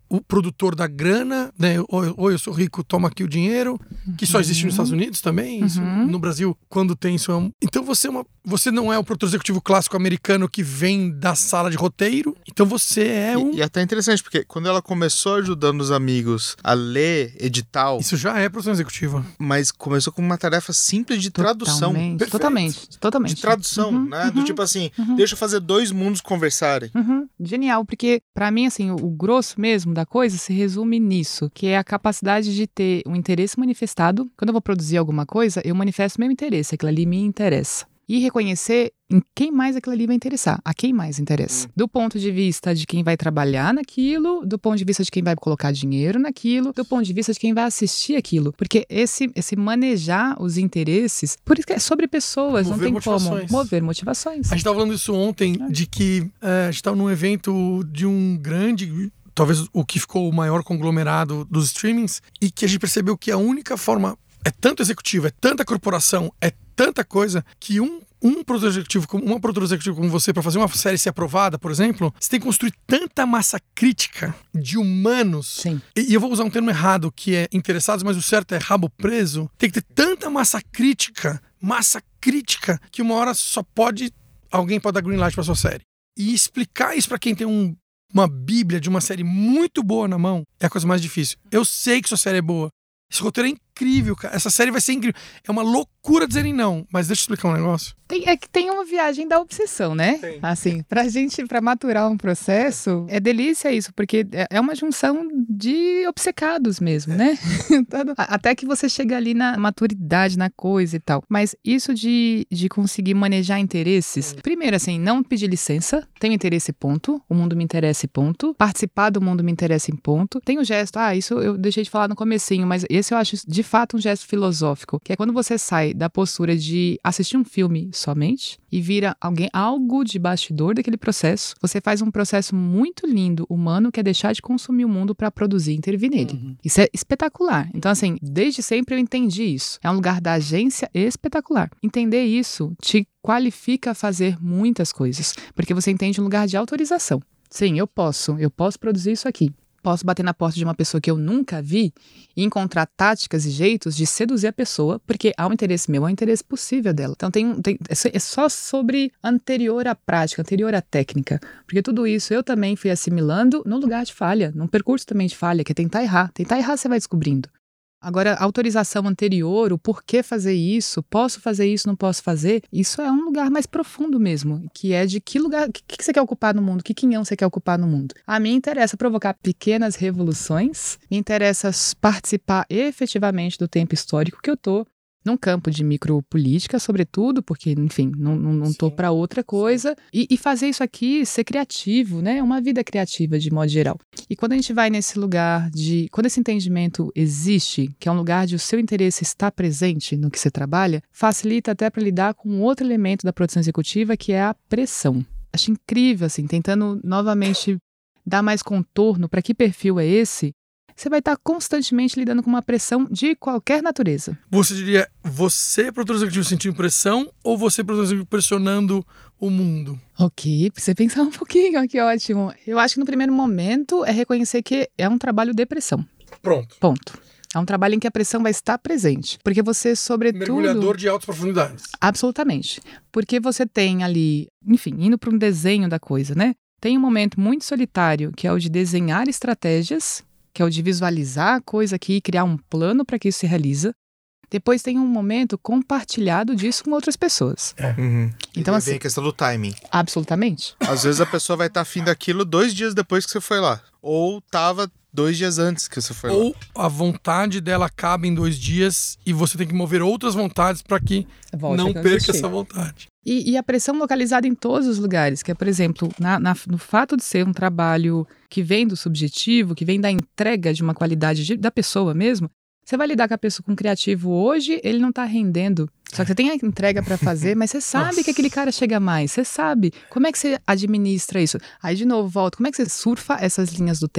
o produtor da grana, né? Ou, ou eu sou rico, toma aqui o dinheiro, que só existe nos Estados Unidos também. Isso, Uhum. no Brasil, quando tem isso é um... Então você, é uma... você não é o produtor executivo clássico americano que vem da sala de roteiro. Então você é um... E, e até interessante, porque quando ela começou ajudando os amigos a ler edital, Isso já é produção executiva. mas começou com uma tarefa simples de tradução. Totalmente, Perfeito. totalmente, totalmente. De tradução, Uhum, né? Do uhum, tipo assim, uhum. deixa eu fazer dois mundos conversarem. Uhum, genial, porque pra mim, assim, o, o grosso mesmo da coisa se resume nisso, que é a capacidade de ter um interesse manifestado. Quando eu vou produzir alguma coisa, eu manifesto meu interesse, aquilo ali me interessa. E reconhecer em quem mais aquilo ali vai interessar, a quem mais interessa. Do ponto de vista de quem vai trabalhar naquilo, do ponto de vista de quem vai colocar dinheiro naquilo, do ponto de vista de quem vai assistir aquilo. Porque esse, esse manejar os interesses, por isso que é sobre pessoas, Mover não tem motivações. como mover motivações. A gente estava falando isso ontem, de que é, a gente estava num evento de um grande... talvez o que ficou o maior conglomerado dos streamings, e que a gente percebeu que a única forma... É tanto executivo, é tanta corporação, é tanta coisa, que um, um produtor executivo, como uma produtora executiva como você, para fazer uma série ser aprovada, por exemplo, você tem que construir tanta massa crítica de humanos. Sim. E, e eu vou usar um termo errado, que é interessados, mas o certo é rabo preso. Tem que ter tanta massa crítica, massa crítica, que uma hora só pode... Alguém pode dar green light para sua série. E explicar isso para quem tem um... uma bíblia de uma série muito boa na mão é a coisa mais difícil. Eu sei que sua série é boa. Esse roteiro é incrível, cara. Essa série vai ser incrível. É uma loucura dizerem não, mas deixa eu explicar um negócio. Tem, é que tem uma viagem da obsessão, né? Tem. Assim, pra gente, pra maturar um processo, é delícia isso, porque é é uma junção de obcecados mesmo, né? Todo- a- Até que você chega ali na maturidade, na coisa e tal. Mas isso de, de conseguir manejar interesses, primeiro assim, não pedir licença, tenho interesse, ponto. O mundo me interessa, e ponto. Participar do mundo me interessa, em ponto. Tem o gesto, ah, isso eu deixei de falar no comecinho, mas esse eu acho de fato um gesto filosófico, que é quando você sai da postura de assistir um filme somente e vira alguém, algo de bastidor daquele processo, você faz um processo muito lindo, humano, que é deixar de consumir o mundo para produzir e intervir nele. Isso é espetacular. Então, assim, desde sempre eu entendi isso. É um lugar da agência espetacular. Entender isso te qualifica a fazer muitas coisas, porque você entende um lugar de autorização. Sim, eu posso, eu posso produzir isso aqui. Posso bater na porta de uma pessoa que eu nunca vi e encontrar táticas e jeitos de seduzir a pessoa, porque há um interesse meu, há um interesse possível dela. Então tem, um- tem, é só sobre anterior à prática, anterior à técnica. Porque tudo isso eu também fui assimilando num lugar de falha, num percurso também de falha, que é tentar errar. Tentar errar você vai descobrindo. Agora, a autorização anterior, o porquê fazer isso, posso fazer isso, não posso fazer, isso é um lugar mais profundo mesmo, que é de que lugar, o que, que você quer ocupar no mundo, que quinhão você quer ocupar no mundo. A mim interessa provocar pequenas revoluções, me interessa participar efetivamente do tempo histórico que eu tô, num campo de micropolítica, sobretudo, porque, enfim, não, não, não tô para outra coisa, e, e fazer isso aqui, ser criativo, né? Uma vida criativa de modo geral. E quando a gente vai nesse lugar de... Quando esse entendimento existe, que é um lugar de o seu interesse estar presente no que você trabalha, facilita até para lidar com outro elemento da produção executiva, que é a pressão. Acho incrível, assim, tentando novamente dar mais contorno para que perfil é esse, você vai estar constantemente lidando com uma pressão de qualquer natureza. Você diria, você, produtor executivo, sentindo pressão, ou você, produtor executivo, pressionando o mundo? Ok, pra você pensar um pouquinho, que ótimo. Eu acho que no primeiro momento é reconhecer que é um trabalho de pressão. Pronto. Ponto. É um trabalho em que a pressão vai estar presente. Porque você, sobretudo... Mergulhador de altas profundidades. Absolutamente. Porque você tem ali, enfim, indo para um desenho da coisa, né? Tem um momento muito solitário, que é o de desenhar estratégias, que é o de visualizar a coisa aqui e criar um plano para que isso se realiza. Depois tem um momento compartilhado disso com outras pessoas. Uhum. Então, E assim- vem a questão do timing. Absolutamente. Às vezes a pessoa vai estar afim daquilo dois dias depois que você foi lá. Ou tava dois dias antes que você foi lá. Ou a vontade dela acaba em dois dias e você tem que mover outras vontades para que Volte não a perca existir. essa vontade. E, e a pressão localizada em todos os lugares, que é, por exemplo, na, na- no fato de ser um trabalho que vem do subjetivo, que vem da entrega de uma qualidade de- da pessoa mesmo, você vai lidar com a pessoa com o criativo hoje, ele não tá rendendo. Só que você tem a entrega para fazer, mas você sabe Nossa. que aquele cara chega mais, você sabe. Como é que você administra isso? Aí, de novo, volta, como é que você surfa essas linhas do tempo?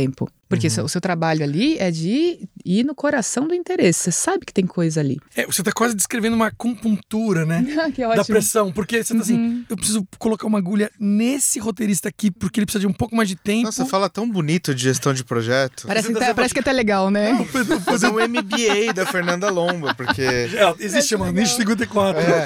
Porque Uhum. o seu trabalho ali é de ir no coração do interesse. Você sabe que tem coisa ali. É, você tá quase descrevendo uma acupuntura, né? Que Da ótimo. pressão. Porque você tá assim, Uhum. eu preciso colocar uma agulha nesse roteirista aqui, porque ele precisa de um pouco mais de tempo. Nossa, fala tão bonito de gestão de projeto. Parece, Você que tá- tá, parece que é até legal, né? Fazer um M B A da Fernanda Lomba, porque... É, existe, mano. Nicho cinquenta e quatro. É,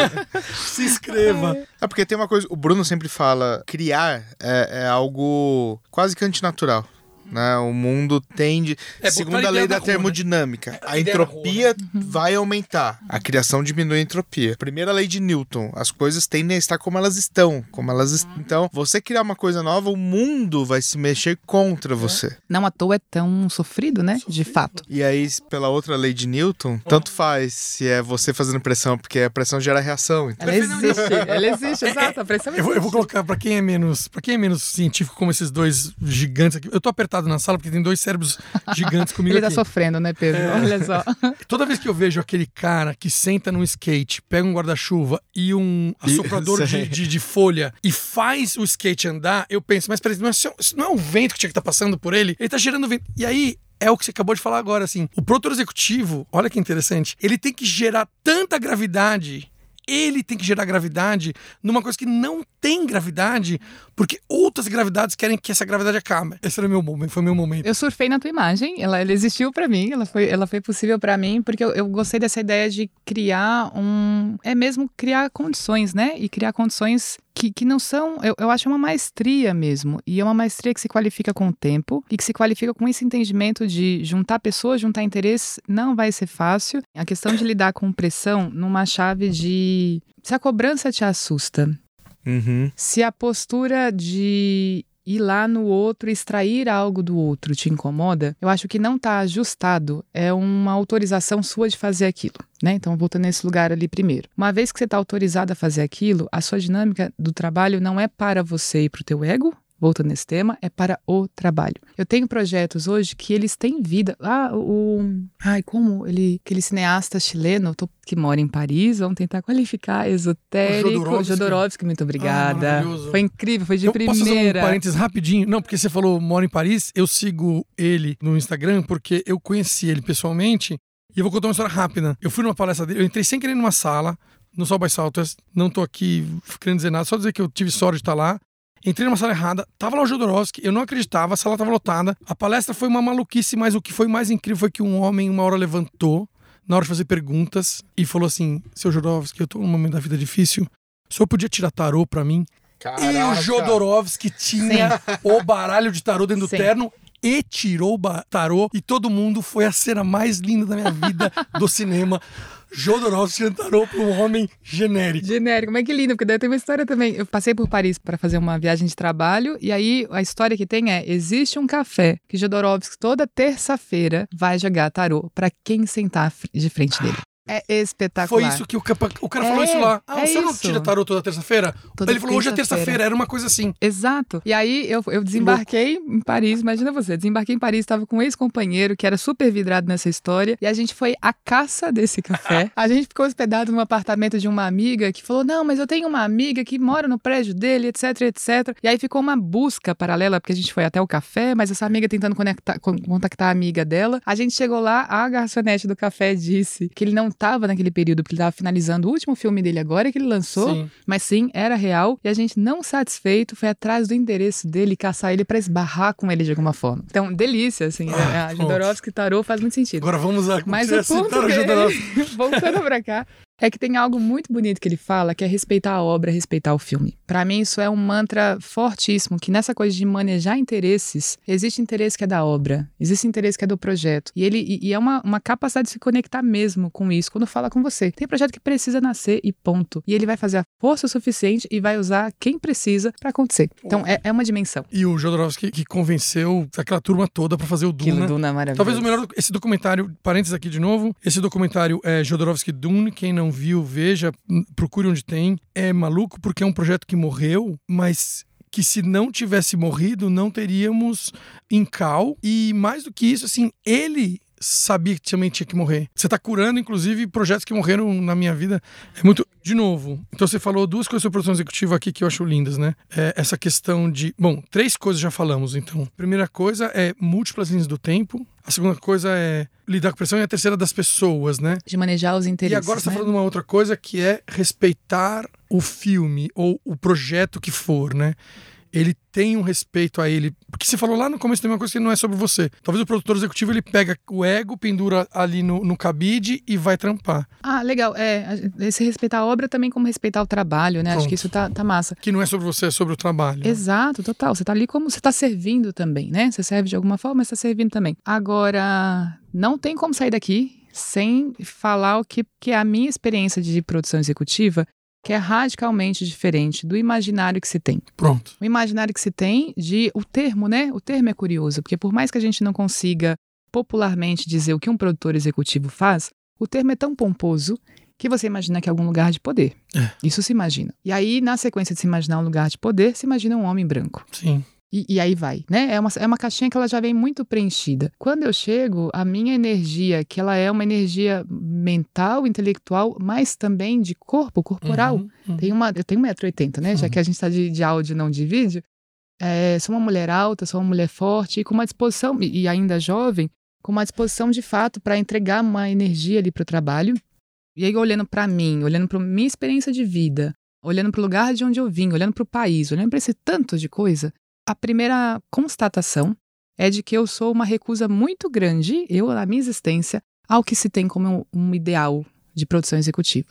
Se inscreva. é porque tem uma coisa... O Bruno sempre fala, criar é, é algo quase que antinatural. Né? O mundo tende, É, segundo botar a lei ideia da na rua, termodinâmica, A a ideia na entropia vai aumentar, a criação diminui a entropia. Primeira lei de Newton, as coisas tendem a estar como elas estão, como elas est- então, você criar uma coisa nova, o mundo vai se mexer contra você. Não à toa é tão sofrido, né? De fato. E aí, pela outra lei de Newton, tanto faz se é você fazendo pressão, porque a pressão gera reação. Então, Ela existe, ela existe, exato. A pressão Eu vou, eu vou existe. colocar pra quem é menos, para quem é menos científico como esses dois gigantes aqui. Eu tô apertado na sala porque tem dois cérebros gigantes comigo Ele tá aqui. sofrendo, né, Pedro? Olha só. Toda vez que eu vejo aquele cara que senta num skate, pega um guarda-chuva e um assoprador Sei. de, de, de folha e faz o skate andar, eu penso, mas peraí, não é, só- isso não é um vento que tinha que estar passando por ele? Ele tá gerando vento. E aí, é o que você acabou de falar agora, assim. O produtor executivo, olha que interessante, ele tem que gerar tanta gravidade, ele tem que gerar gravidade numa coisa que não tem gravidade, porque outras gravidades querem que essa gravidade acabe. Esse era meu momento, foi meu momento. Eu surfei na tua imagem, ela, ela existiu pra mim, ela foi, ela foi possível pra mim, porque eu, eu gostei dessa ideia de criar um... É mesmo criar condições, né? E criar condições que, que não são... Eu, eu acho uma maestria mesmo. E é uma maestria que se qualifica com o tempo e que se qualifica com esse entendimento de juntar pessoas, juntar interesses, não vai ser fácil. A questão de lidar com pressão numa chave de... Se a cobrança te assusta, uhum. se a postura de ir lá no outro, extrair algo do outro te incomoda, eu acho que não está ajustado, é uma autorização sua de fazer aquilo, né? Então, voltando nesse lugar ali primeiro. Uma vez que você está autorizado a fazer aquilo, a sua dinâmica do trabalho não é para você e para o teu ego, voltando nesse tema, é para o trabalho. Eu tenho projetos hoje que eles têm vida. Ah, o... Ai, como ele... Aquele cineasta chileno tô, que mora em Paris, vamos tentar qualificar, esotérico. O Jodorowsky. Jodorowsky, muito obrigada. maravilhoso. Foi incrível, foi de eu posso fazer um primeira. parênteses rapidinho? Não, porque você falou mora em Paris, eu sigo ele no Instagram porque eu conheci ele pessoalmente e eu vou contar uma história rápida. Eu fui numa palestra dele, eu entrei sem querer numa sala, no South by Southwest, não tô aqui querendo dizer nada, só dizer que eu tive sorte de estar lá. Entrei numa sala errada, tava lá o Jodorowsky, eu não acreditava, a sala tava lotada. A palestra foi uma maluquice, mas o que foi mais incrível foi que um homem uma hora levantou, na hora de fazer perguntas, e falou assim, seu Jodorowsky, eu tô num momento da vida difícil, o senhor podia tirar tarô pra mim? E o Jodorowsky tinha o baralho de tarô dentro do Sim. terno e tirou o ba- tarô e todo mundo foi a cena mais linda da minha vida do cinema. Jodorowsky tirando tarô para um homem genérico. Genérico, mas que lindo, porque daí tem uma história também. Eu passei por Paris para fazer uma viagem de trabalho, e aí a história que tem é: existe um café que Jodorowsky toda terça-feira vai jogar tarô para quem sentar de frente dele. É espetacular. Foi isso que o, capa- o cara É, falou isso lá. Ah, é o senhor não isso. tira tarô toda terça-feira? Toda Ele falou, hoje é terça-feira. terça-feira, era uma coisa assim. Exato. E aí eu, eu desembarquei em Paris, imagina você, desembarquei em Paris, estava com um ex-companheiro que era super vidrado nessa história, e a gente foi à caça desse café. A gente ficou hospedado num apartamento de uma amiga que falou, não, mas eu tenho uma amiga que mora no prédio dele, etc, etcétera. E aí ficou uma busca paralela, porque a gente foi até o café, mas essa amiga tentando conectar, con- contactar a amiga dela. A gente chegou lá, a garçonete do café disse que ele não estava naquele período, porque ele estava finalizando o último filme dele agora, que ele lançou. Sim. Mas sim, era real. E a gente, não satisfeito, foi atrás do endereço dele, caçar ele pra esbarrar com ele de alguma forma. Então, delícia, assim. Ah, a Jodorowsky Tarô faz muito sentido. Agora vamos a Mas você o ponto citar o Jodorowsky. dele, voltando pra cá, é que tem algo muito bonito que ele fala, que é respeitar a obra, respeitar o filme. Pra mim, isso é um mantra fortíssimo, que nessa coisa de manejar interesses, existe interesse que é da obra, existe interesse que é do projeto. E ele e, e é uma, uma capacidade de se conectar mesmo com isso, quando fala com você. Tem projeto que precisa nascer e ponto. E ele vai fazer a força suficiente e vai usar quem precisa pra acontecer. Então, é, é uma dimensão. E o Jodorowsky que convenceu aquela turma toda pra fazer o Duna. Aquilo Duna é maravilhoso. Talvez o melhor, esse documentário, parênteses aqui de novo, esse documentário é Jodorowsky Dune, quem não viu, veja, procure onde tem. É maluco porque é um projeto que morreu, mas que se não tivesse morrido, não teríamos Incal. E mais do que isso, assim, ele sabia que também tinha que morrer. Você tá curando, inclusive, projetos que morreram na minha vida. É muito... De novo, então você falou duas coisas sobre produção executiva aqui que eu acho lindas, né? É essa questão de... Bom, três coisas já falamos, então. Primeira coisa é múltiplas linhas do tempo. A segunda coisa é lidar com pressão. E a terceira das pessoas, né? De manejar os interesses. E agora você né? tá falando uma outra coisa que é respeitar o filme ou o projeto que for, né? Ele tem um respeito a ele. Porque você falou lá no começo, tem uma coisa que não é sobre você. Talvez o produtor executivo, ele pega o ego, pendura ali no, no cabide e vai trampar. Ah, legal. É, esse respeitar a obra também como respeitar o trabalho, né? Pronto. Acho que isso tá, tá massa. Que não é sobre você, é sobre o trabalho. Né? Exato, total. Você tá ali como você tá servindo também, né? Você serve de alguma forma, mas tá servindo também. Agora, não tem como sair daqui sem falar o que, que é a minha experiência de produção executiva, que é radicalmente diferente do imaginário que se tem. Pronto. O imaginário que se tem de... O termo, né? O termo é curioso, porque por mais que a gente não consiga popularmente dizer o que um produtor executivo faz, o termo é tão pomposo que você imagina que é algum lugar de poder. É. Isso se imagina. E aí, na sequência de se imaginar um lugar de poder, se imagina um homem branco. Sim. E, e aí vai, né? É uma, é uma caixinha que ela já vem muito preenchida. Quando eu chego, a minha energia, que ela é uma energia mental, intelectual, mas também de corpo, corporal. Uhum, uhum. Tem uma, eu tenho um metro e oitenta, né? Uhum. Já que a gente está de, de áudio, não de vídeo. É, sou uma mulher alta, sou uma mulher forte, e com uma disposição, e, e ainda jovem, com uma disposição de fato para entregar uma energia ali para o trabalho. E aí, olhando para mim, olhando para minha experiência de vida, olhando para o lugar de onde eu vim, olhando para o país, olhando para esse tanto de coisa, a primeira constatação é de que eu sou uma recusa muito grande, eu, na minha existência, ao que se tem como um ideal de produção executiva.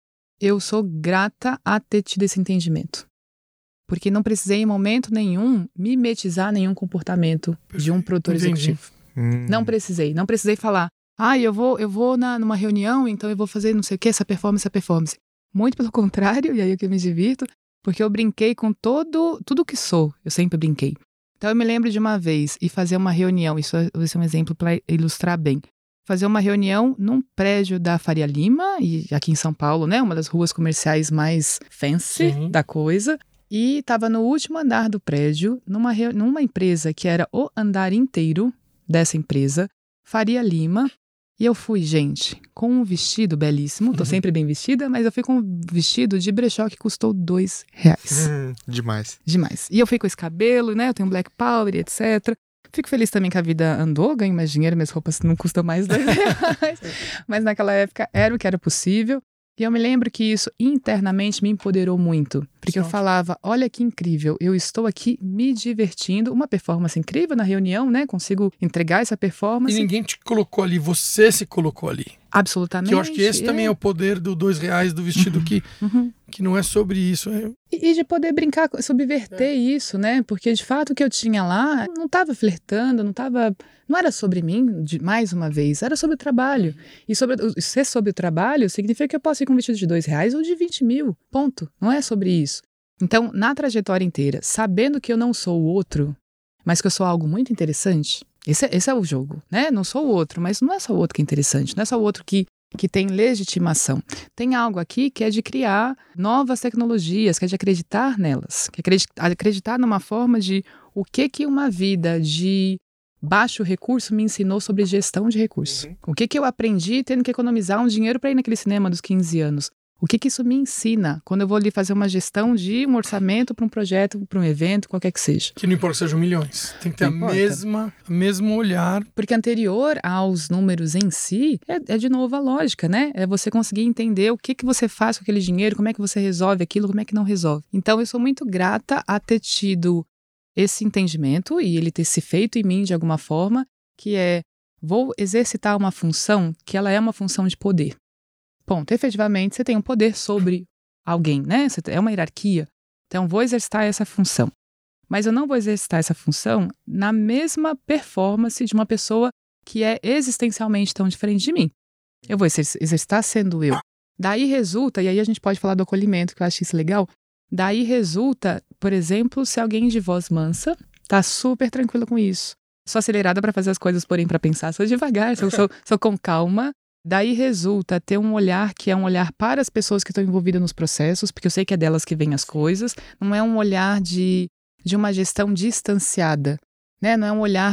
Eu sou grata a ter tido esse entendimento. Porque não precisei, em momento nenhum, mimetizar nenhum comportamento de um produtor Entendi. executivo. Hum. Não precisei. Não precisei falar, ah, eu vou, eu vou na, numa reunião, então eu vou fazer não sei o que, essa performance, essa performance. Muito pelo contrário, e aí é que eu me divirto, porque eu brinquei com todo, tudo que sou, eu sempre brinquei. Então eu me lembro de uma vez ir fazer uma reunião, isso vai ser um exemplo para ilustrar bem. Fazer uma reunião num prédio da Faria Lima, e aqui em São Paulo, né, uma das ruas comerciais mais fancy Sim. da coisa. E estava no último andar do prédio, numa, reu- numa empresa que era o andar inteiro dessa empresa, Faria Lima. E eu fui, gente, com um vestido belíssimo, tô sempre bem vestida, mas eu fui com um vestido de brechó que custou dois reais. Hum, demais. Demais. E eu fui com esse cabelo, né? Eu tenho black power e etcétera. Fico feliz também que a vida andou, ganho mais dinheiro, minhas roupas não custam mais dois reais. Mas naquela época era o que era possível. E eu me lembro que isso internamente me empoderou muito. Porque eu Certo. falava, olha que incrível, eu estou aqui me divertindo. Uma performance incrível na reunião, né? Consigo entregar essa performance. E ninguém te colocou ali, você se colocou ali. Absolutamente. Que eu acho que esse também é o poder do dois reais do vestido, que, Uhum. que não é sobre isso. É... E, e de poder brincar, subverter É. isso, né? Porque de fato o que eu tinha lá não estava flertando, não estava. Não era sobre mim, de, mais uma vez, era sobre o trabalho. E sobre, o- ser sobre o trabalho significa que eu posso ir com um vestido de dois reais ou de vinte mil. Ponto. Não é sobre isso. Então, na trajetória inteira, sabendo que eu não sou o outro, mas que eu sou algo muito interessante, esse é, esse é o jogo, né? Não sou o outro, mas não é só o outro que é interessante, não é só o outro que, que tem legitimação. Tem algo aqui que é de criar novas tecnologias, que é de acreditar nelas, que é acredi- acreditar numa forma de o que que uma vida de baixo recurso me ensinou sobre gestão de recursos. Uhum. O que que eu aprendi tendo que economizar um dinheiro para ir naquele cinema dos quinze anos? O que que isso me ensina quando eu vou ali fazer uma gestão de um orçamento para um projeto, para um evento, qualquer que seja? Que não importa que sejam milhões. Tem que ter a Não importa. mesma, o mesmo olhar. Porque anterior aos números em si, é, é de novo a lógica, né? É você conseguir entender o que, que você faz com aquele dinheiro, como é que você resolve aquilo, como é que não resolve. Então, eu sou muito grata a ter tido esse entendimento e ele ter se feito em mim de alguma forma, que é, vou exercitar uma função que ela é uma função de poder. Ponto. Efetivamente, você tem um poder sobre alguém, né? Você- É uma hierarquia. Então, vou exercitar essa função. Mas eu não vou exercitar essa função na mesma performance de uma pessoa que é existencialmente tão diferente de mim. Eu vou exer- exercitar sendo eu. Daí resulta, e aí a gente pode falar do acolhimento, que eu acho isso legal. Daí resulta, por exemplo, se alguém de voz mansa tá super tranquilo com isso. Sou acelerada para fazer as coisas, porém para pensar sou devagar, sou, sou, sou com calma. Daí resulta ter um olhar que é um olhar para as pessoas que estão envolvidas nos processos, porque eu sei que é delas que vêm as coisas. Não é um olhar de, de uma gestão distanciada, né? Não é um olhar do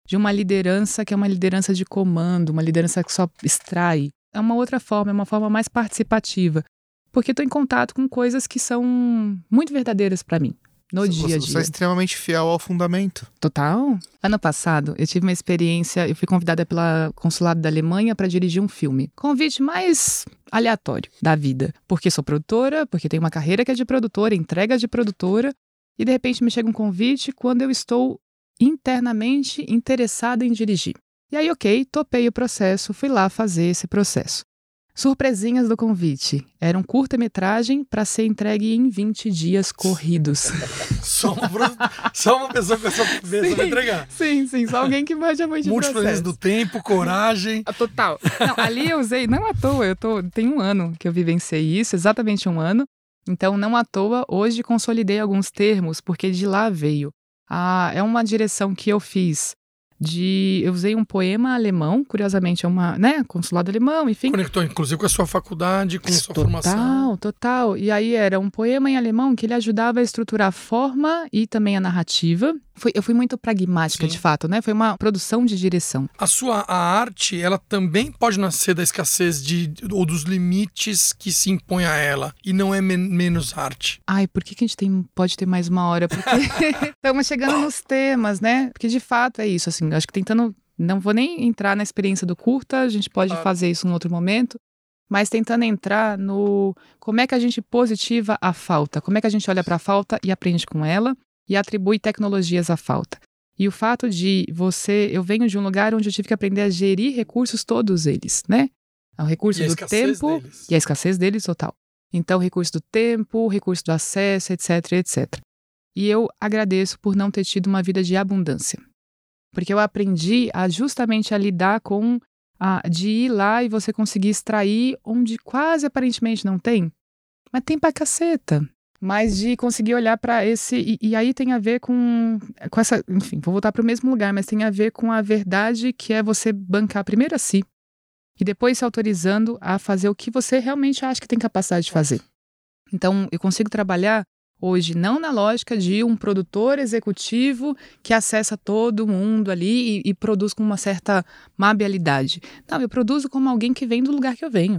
de uma liderança que é uma liderança de comando, uma liderança que só extrai. É uma outra forma, é uma forma mais participativa. Porque estou em contato com coisas que são muito verdadeiras para mim, no dia a dia. Você é extremamente fiel ao fundamento. Total. Ano passado, eu tive uma experiência, eu fui convidada pela Consulado da Alemanha para dirigir um filme. Convite mais aleatório da vida. Porque sou produtora, porque tenho uma carreira que é de produtora, entrega de produtora, e de repente me chega um convite quando eu estou internamente interessada em dirigir. E aí, ok, topei o processo, fui lá fazer esse processo. Surpresinhas do convite. Era um curta-metragem para ser entregue em vinte dias corridos. Só uma, só uma pessoa com essa cabeça vai entregar. Sim, sim. Só alguém que manja muito de Múltiplas vezes do tempo, coragem. A total. Não, ali eu usei, não à toa, eu tô, tem um ano que eu vivenciei isso, exatamente um ano. Então, não à toa, hoje consolidei alguns termos, porque de lá veio. Ah, é uma direção que eu fiz. De, eu usei um poema alemão, curiosamente é uma, né, consulado alemão, enfim. Conectou inclusive com a sua faculdade, com a sua total, formação. Total, total. E aí era um poema em alemão que ele ajudava a estruturar a forma e também a narrativa. Foi, eu fui muito pragmática, Sim. de fato, né? Foi uma produção de direção. A sua a arte, ela também pode nascer da escassez de, ou dos limites que se impõe a ela. E não é men- menos arte. Ai, por que, que a gente tem, pode ter mais uma hora? Porque estamos chegando nos temas, né? Porque de fato é isso, assim. Acho que tentando... Não vou nem entrar na experiência do curta, a gente pode ah. fazer isso em outro momento. Mas tentando entrar no... Como é que a gente positiva a falta? Como é que a gente olha para a falta e aprende com ela? E atribui tecnologias à falta. E o fato de você... Eu venho de um lugar onde eu tive que aprender a gerir recursos, todos eles, né? O recurso do tempo deles. E a escassez deles total. Então, o recurso do tempo, o recurso do acesso, etc, etcétera. E eu agradeço por não ter tido uma vida de abundância. Porque eu aprendi a justamente a lidar com... A, de ir lá e você conseguir extrair onde quase aparentemente não tem. Mas tem pra caceta. Mas de conseguir olhar para esse... E, e aí tem a ver com, com essa... Enfim, vou voltar para o mesmo lugar, mas tem a ver com a verdade que é você bancar primeiro a si e depois se autorizando a fazer o que você realmente acha que tem capacidade de fazer. Então, eu consigo trabalhar hoje não na lógica de um produtor executivo que acessa todo mundo ali e, e produz com uma certa mabialidade. Não, eu produzo como alguém que vem do lugar que eu venho.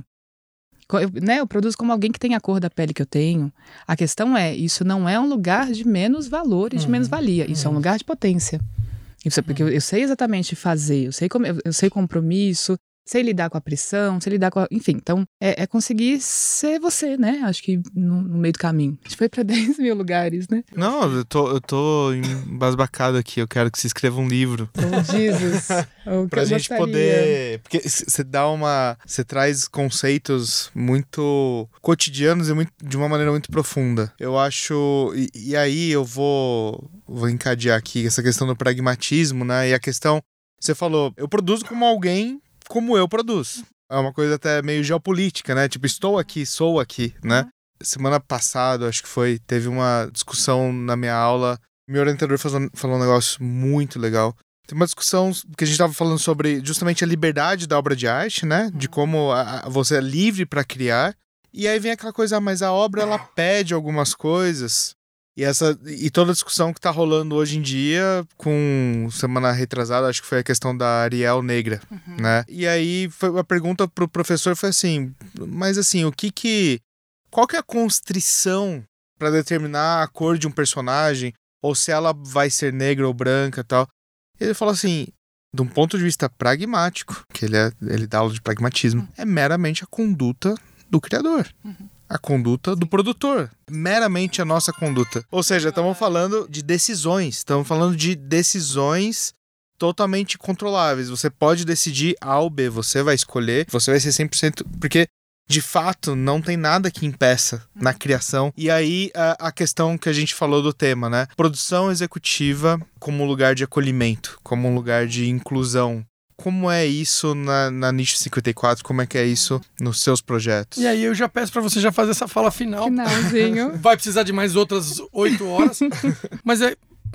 Eu, né, eu produzo como alguém que tem a cor da pele que eu tenho. A questão é, isso não é um lugar de menos valor e de uhum. menos valia. Isso uhum. é um lugar de potência. Isso é porque eu, eu sei exatamente fazer, eu sei, como, eu, eu sei compromisso, sei lidar com a pressão, sei lidar com a... Enfim, então, é, é conseguir ser você, né? Acho que no, no meio do caminho. A gente foi pra dez mil lugares, né? Não, eu tô, eu tô embasbacado aqui. Eu quero que você escreva um livro. Oh, Jesus. Oh, pra gente gostaria. Poder... Porque você dá uma... Você traz conceitos muito cotidianos e muito, de uma maneira muito profunda. Eu acho... E, e aí eu vou... Vou encadear aqui essa questão do pragmatismo, né? E a questão... Você falou, eu produzo como alguém... como eu produzo. É uma coisa até meio geopolítica, né? Tipo, estou aqui, sou aqui, né? Uhum. Semana passada, acho que foi, teve uma discussão na minha aula. Meu orientador falou, falou um negócio muito legal. Tem uma discussão que a gente estava falando sobre justamente a liberdade da obra de arte, né? Uhum. De como a, a, você é livre para criar. E aí vem aquela coisa, ah, mas a obra, ela pede algumas coisas... E, essa, e toda a discussão que tá rolando hoje em dia, com semana retrasada, acho que foi a questão da Ariel Negra, uhum. né? E aí foi a pergunta pro professor foi assim, mas assim, o que que... Qual que é a constrição para determinar a cor de um personagem? Ou se ela vai ser negra ou branca e tal? E ele falou assim, de um ponto de vista pragmático, que ele, é, ele dá aula de pragmatismo, uhum. é meramente a conduta do criador. Uhum. A conduta do produtor, meramente a nossa conduta. Ou seja, estamos falando de decisões, estamos falando de decisões totalmente controláveis. Você pode decidir A ou B, você vai escolher, você vai ser cem por cento... Porque, de fato, não tem nada que impeça na criação. E aí, a, a questão que a gente falou do tema, né? Produção executiva como um lugar de acolhimento, como um lugar de inclusão. Como é isso na, na Nicho cinquenta e quatro? Como é que é isso nos seus projetos? E aí eu já peço pra você já fazer essa fala final. Finalzinho. Vai precisar de mais outras oito horas. Mas é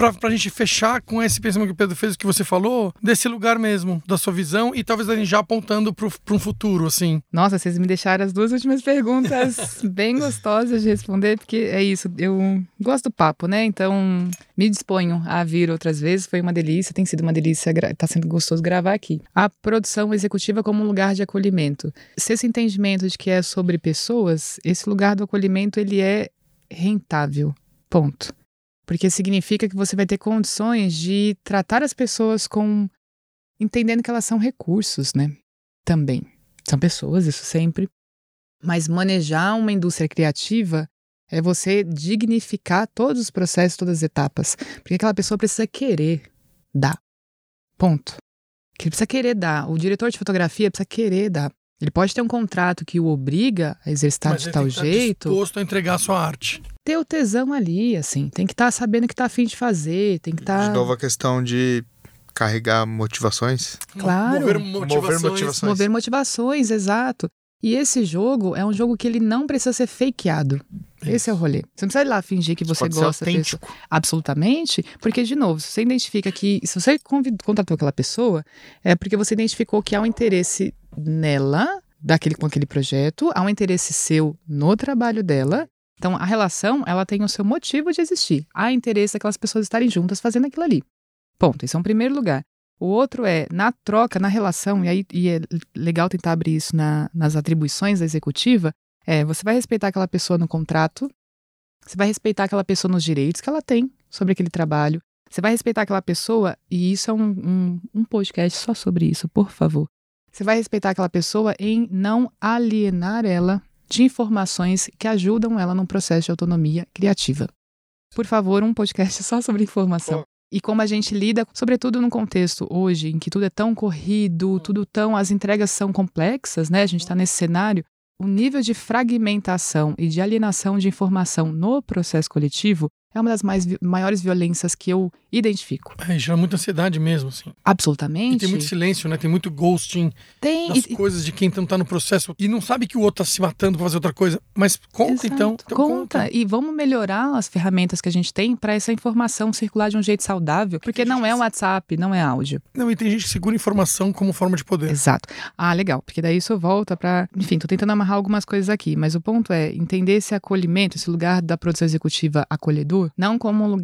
pra, pra gente fechar com esse pensamento que o Pedro fez, o que você falou, desse lugar mesmo, da sua visão, e talvez a gente já apontando pro, pra um futuro, assim. Nossa, vocês me deixaram as duas últimas perguntas bem gostosas de responder, porque é isso, eu gosto do papo, né? Então, me disponho a vir outras vezes, foi uma delícia, tem sido uma delícia, tá sendo gostoso gravar aqui. A produção executiva como um lugar de acolhimento. Se esse entendimento de que é sobre pessoas, esse lugar do acolhimento, ele é rentável, ponto. Porque significa que você vai ter condições de tratar as pessoas com... entendendo que elas são recursos, né? Também. São pessoas, isso sempre. Mas manejar uma indústria criativa é você dignificar todos os processos, todas as etapas. Porque aquela pessoa precisa querer dar. Ponto. Que ele precisa querer dar. O diretor de fotografia precisa querer dar. Ele pode ter um contrato que o obriga a exercitar Mas de ele tal tem que jeito. estar disposto a entregar a sua arte. Ter o tesão ali, assim. Tem que estar sabendo o que está a fim de fazer. Tem que estar... De novo a questão de carregar motivações. Claro. Mover motivações. Mover motivações. Mover motivações, exato. E esse jogo é um jogo que ele não precisa ser fakeado. Esse Isso. é o rolê. Você não precisa ir lá fingir que você Pode ser gosta da pessoa. autêntico. Absolutamente. Porque, de novo, se você identifica que... Se você convid- contratou aquela pessoa, é porque você identificou que há um interesse nela, daquele, com aquele projeto, há um interesse seu no trabalho dela. Então, a relação, ela tem o seu motivo de existir. Há interesse daquelas pessoas estarem juntas fazendo aquilo ali. Ponto. Esse é um primeiro lugar. O outro é, na troca, na relação, e aí e é legal tentar abrir isso na, nas atribuições da executiva, é, você vai respeitar aquela pessoa no contrato, você vai respeitar aquela pessoa nos direitos que ela tem sobre aquele trabalho, você vai respeitar aquela pessoa, e isso é um, um, um podcast só sobre isso, por favor. Você vai respeitar aquela pessoa em não alienar ela de informações que ajudam ela num processo de autonomia criativa. Por favor, um podcast só sobre informação. E como a gente lida, sobretudo num contexto hoje em que tudo é tão corrido, tudo tão... as entregas são complexas, né? A gente está nesse cenário. O nível de fragmentação e de alienação de informação no processo coletivo é uma das mais, maiores violências que eu identifico. É, gera muita ansiedade mesmo, assim. Absolutamente. E tem muito silêncio, né? Tem muito ghosting Tem, das e, coisas de quem não tá no processo e não sabe que o outro tá se matando pra fazer outra coisa. Mas conta, Exato. então. então conta. conta. E vamos melhorar as ferramentas que a gente tem para essa informação circular de um jeito saudável, porque não é um WhatsApp, não é áudio. Não, e tem gente que segura informação como forma de poder. Exato. Ah, legal, porque daí isso volta para... Enfim, tô tentando amarrar algumas coisas aqui, mas o ponto é entender esse acolhimento, esse lugar da produção executiva acolhedor, não como um lugar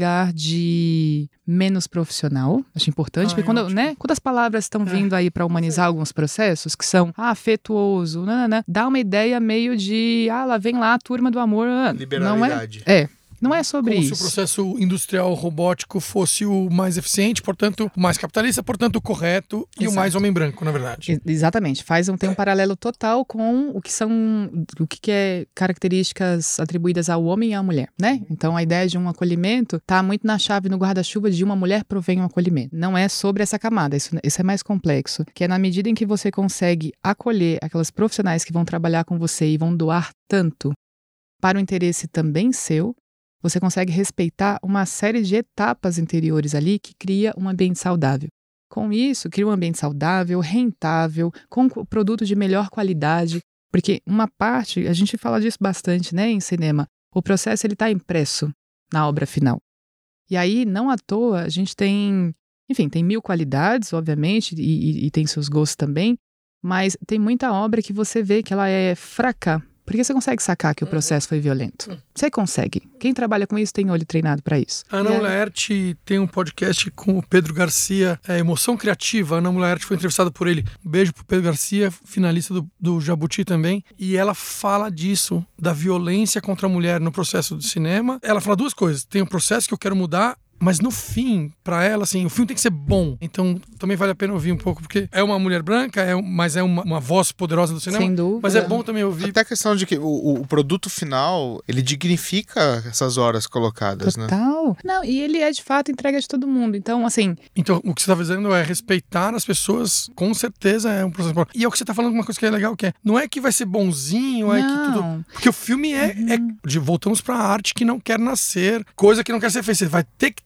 de menos profissional. Acho importante, Ah, porque é quando, ótimo. né, quando as palavras estão vindo aí para humanizar alguns processos, que são ah, afetuoso, nanana, dá uma ideia meio de, ah, lá vem lá a turma do amor. Ah, Liberalidade. Não é, é, não é sobre Como isso. se o processo industrial robótico fosse o mais eficiente, portanto, o mais capitalista, portanto, o correto e Exato. o mais homem branco, na verdade. E- Exatamente, faz um, tem um paralelo total com o que são, o que que é características atribuídas ao homem e à mulher, né? Então a ideia de um acolhimento tá muito na chave, no guarda-chuva de uma mulher provém um acolhimento. Não é sobre essa camada, isso, isso é mais complexo, que é na medida em que você consegue acolher aquelas profissionais que vão trabalhar com você e vão doar tanto para o interesse também seu, você consegue respeitar uma série de etapas interiores ali que cria um ambiente saudável. Com isso, cria um ambiente saudável, rentável, com produto de melhor qualidade, porque uma parte, a gente fala disso bastante, né, em cinema, o processo ele está impresso na obra final. E aí, não à toa, a gente tem, enfim, tem mil qualidades, obviamente, e, e, e tem seus gostos também, mas tem muita obra que você vê que ela é fraca, porque você consegue sacar que o processo foi violento. Você consegue. Quem trabalha com isso tem olho treinado para isso. A Ana E aí- Laerte tem um podcast com o Pedro Garcia, é, Emoção Criativa. A Ana Laerte foi entrevistada por ele. Um beijo pro Pedro Garcia, finalista do, do Jabuti também. E ela fala disso, da violência contra a mulher no processo do cinema. Ela fala duas coisas. Tem um processo que eu quero mudar, mas no fim, pra ela, assim, o filme tem que ser bom. Então, também vale a pena ouvir um pouco, porque é uma mulher branca, é, um- mas é uma, uma voz poderosa do cinema. Sem dúvida. Mas é bom também ouvir. Até a questão de que o, o- o produto final, ele dignifica essas horas colocadas, né? Total. Não, e ele é de fato entrega de todo mundo. Então, assim, Então, o que você tá dizendo é respeitar as pessoas, com certeza é um processo bom. E é o que você tá falando, uma coisa que é legal, que é, não é que vai ser bonzinho, é que tudo... não. Porque o filme é, é de, voltamos pra arte que não quer nascer, coisa que não quer ser feita. Você vai ter que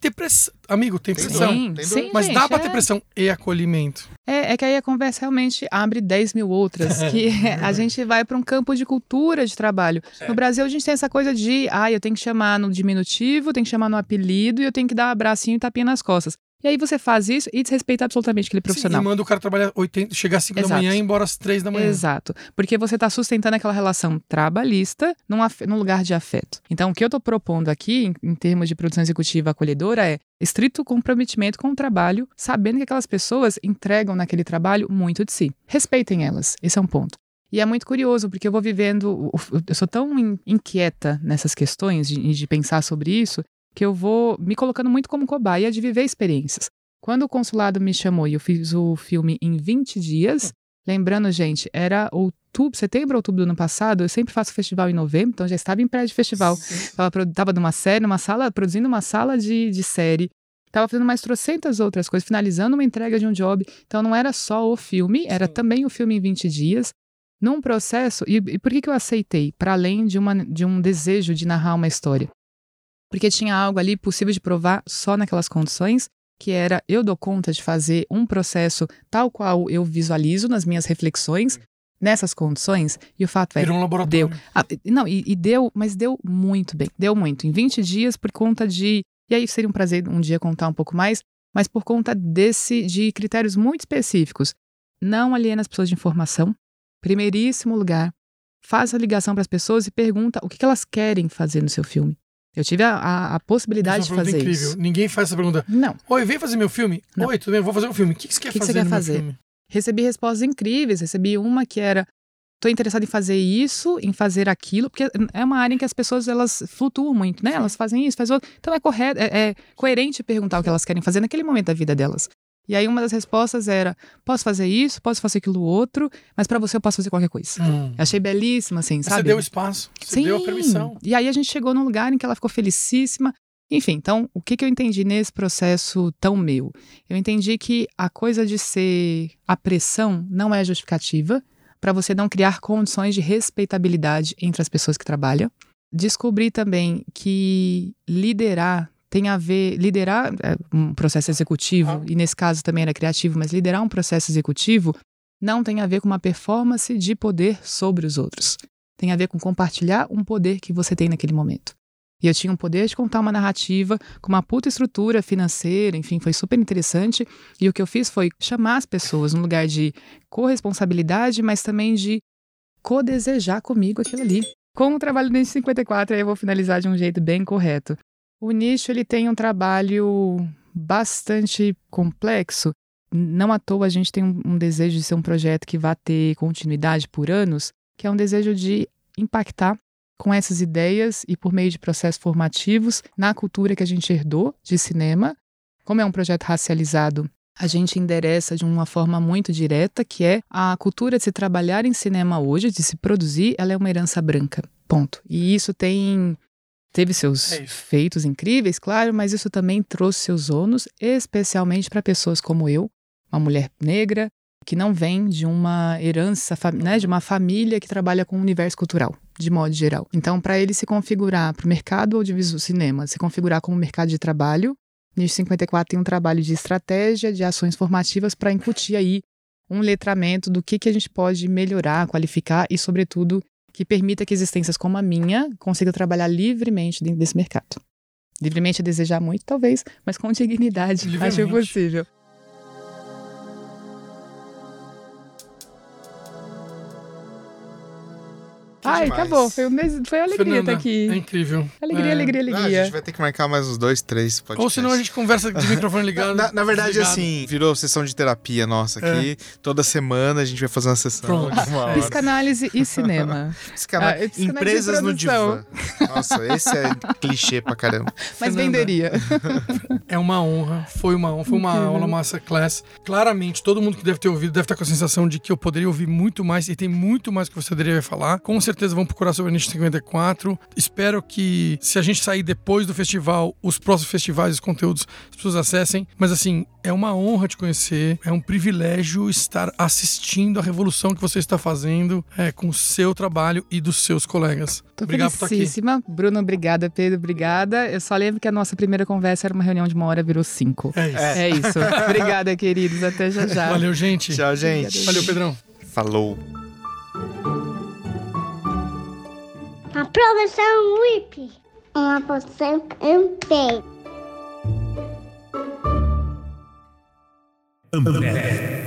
ter pressão. Amigo, tem pressão. Sim, tem sim, Mas gente, dá pra é. ter pressão e acolhimento. É, é que aí a conversa realmente abre dez mil outras, que a gente vai para um campo de cultura de trabalho. Certo. No Brasil, a gente tem essa coisa de, ah, eu tenho que chamar no diminutivo, tenho que chamar no apelido e eu tenho que dar um abracinho e tapinha nas costas. E aí você faz isso e desrespeita absolutamente aquele profissional. Sim, e manda o cara trabalhar oitenta, chegar às cinco da Exato. manhã e ir embora às três da manhã. Exato. Porque você está sustentando aquela relação trabalhista num, af- num lugar de afeto. Então, o que eu estou propondo aqui, em, em termos de produção executiva acolhedora, é estrito comprometimento com o trabalho, sabendo que aquelas pessoas entregam naquele trabalho muito de si. Respeitem elas. Esse é um ponto. E é muito curioso, porque eu vou vivendo... Eu sou tão in- inquieta nessas questões de, de pensar sobre isso, que eu vou me colocando muito como cobaia de viver experiências. Quando o consulado me chamou e eu fiz o filme em vinte dias, lembrando, gente, era outubro, setembro, outubro do ano passado, eu sempre faço festival em novembro, então já estava em pré de festival. Estava tava numa série, numa sala, produzindo uma sala de, de série. Estava fazendo mais trocentas outras coisas, finalizando uma entrega de um job. Então não era só o filme, era Sim. também o filme em vinte dias. Num processo, e, e por que, que eu aceitei? Para além de, uma, de um desejo de narrar uma história. Porque tinha algo ali possível de provar só naquelas condições, que era eu dou conta de fazer um processo tal qual eu visualizo nas minhas reflexões, nessas condições, e o fato é, Virou um laboratório. deu. Ah, não, e, e deu, mas deu muito bem, deu muito. Em vinte dias, por conta de, e aí seria um prazer um dia contar um pouco mais, mas por conta desse, de critérios muito específicos. Não aliena as pessoas de informação, primeiríssimo lugar, faz a ligação para as pessoas e pergunta o que, que elas querem fazer no seu filme. Eu tive a, a, a possibilidade Isso é de uma pergunta fazer incrível. isso. Ninguém faz essa pergunta. Não. Oi, vem fazer meu filme? Não. Oi, tudo bem? Eu vou fazer um filme. O que que você quer Que que fazer você quer no meu fazer? filme? Recebi respostas incríveis. Recebi uma que era, estou interessada em fazer isso, em fazer aquilo, porque é uma área em que as pessoas elas flutuam muito, né? Elas fazem isso, fazem outro. Então é correto, é, é coerente perguntar o que elas querem fazer naquele momento da vida delas. E aí uma das respostas era, posso fazer isso, posso fazer aquilo outro, mas para você eu posso fazer qualquer coisa. Hum. Achei belíssima, assim, Mas sabe? Você deu espaço. Você Sim. deu a permissão. E aí a gente chegou num lugar em que ela ficou felicíssima. Enfim, então, o que, que eu entendi nesse processo tão meu? Eu entendi que a coisa de ser a pressão não é justificativa para você não criar condições de respeitabilidade entre as pessoas que trabalham. Descobri também que liderar tem a ver... Liderar é um processo executivo, Ah. e nesse caso também era criativo, mas liderar um processo executivo não tem a ver com uma performance de poder sobre os outros. Tem a ver com compartilhar um poder que você tem naquele momento. E eu tinha um poder de contar uma narrativa com uma puta estrutura financeira, enfim, foi super interessante. E o que eu fiz foi chamar as pessoas num lugar de corresponsabilidade, mas também de co-desejar comigo aquilo ali. Com o trabalho do Nicho cinquenta e quatro, aí eu vou finalizar de um jeito bem correto. O Nicho, ele tem um trabalho bastante complexo. Não à toa a gente tem um, um desejo de ser um projeto que vá ter continuidade por anos, que é um desejo de impactar com essas ideias e por meio de processos formativos na cultura que a gente herdou de cinema. Como é um projeto racializado, a gente endereça de uma forma muito direta, que é a cultura de se trabalhar em cinema hoje, de se produzir, ela é uma herança branca, ponto. E isso tem... Teve seus É isso. feitos incríveis, claro, mas isso também trouxe seus ônus, especialmente para pessoas como eu, uma mulher negra, que não vem de uma herança, né, de uma família que trabalha com o universo cultural, de modo geral. Então, para ele se configurar, para o mercado audiovisual cinema, se configurar como mercado de trabalho, Nicho cinquenta e quatro tem um trabalho de estratégia, de ações formativas para incutir aí um letramento do que, que a gente pode melhorar, qualificar e, sobretudo, que permita que existências como a minha consigam trabalhar livremente dentro desse mercado. Livremente a desejar muito, talvez, mas com dignidade, acho Livremente. possível. Ai, demais. acabou. Foi, um mes... Foi alegria Fernanda, estar aqui. é incrível. Alegria, É. alegria, Não, a alegria. gente vai ter que marcar mais uns dois, três podcasts. Ou senão a gente conversa de microfone ligado. Na, na verdade, desligado. assim, virou sessão de terapia nossa aqui. Toda semana a gente vai fazer uma sessão Pronto. de uma hora. Psicanálise e cinema. Psicana- Ah, é psicanálise Empresas de no produção. divã. Nossa, esse é clichê pra caramba. Mas Fernanda, venderia. É uma honra, foi uma honra, foi uma Incrível. aula masterclass. Claramente, todo mundo que deve ter ouvido deve estar com a sensação de que eu poderia ouvir muito mais e tem muito mais que você deveria falar. Com certeza certeza vão procurar sobre a Niche cinquenta e quatro. Espero que, se a gente sair depois do festival, os próximos festivais, os conteúdos, as pessoas acessem. Mas assim, é uma honra te conhecer, é um privilégio estar assistindo a revolução que você está fazendo é, com o seu trabalho e dos seus colegas. Tô Obrigado por estar aqui. felicíssima. Bruno, obrigada. Pedro, obrigada. Eu só lembro que a nossa primeira conversa era uma reunião de uma hora, virou cinco. É isso. É, é isso. Obrigada, queridos. Até já já. Valeu, gente. Tchau, gente. Valeu, Pedrão. Falou. A professora Whip. Uma poção Ampere. Ambev.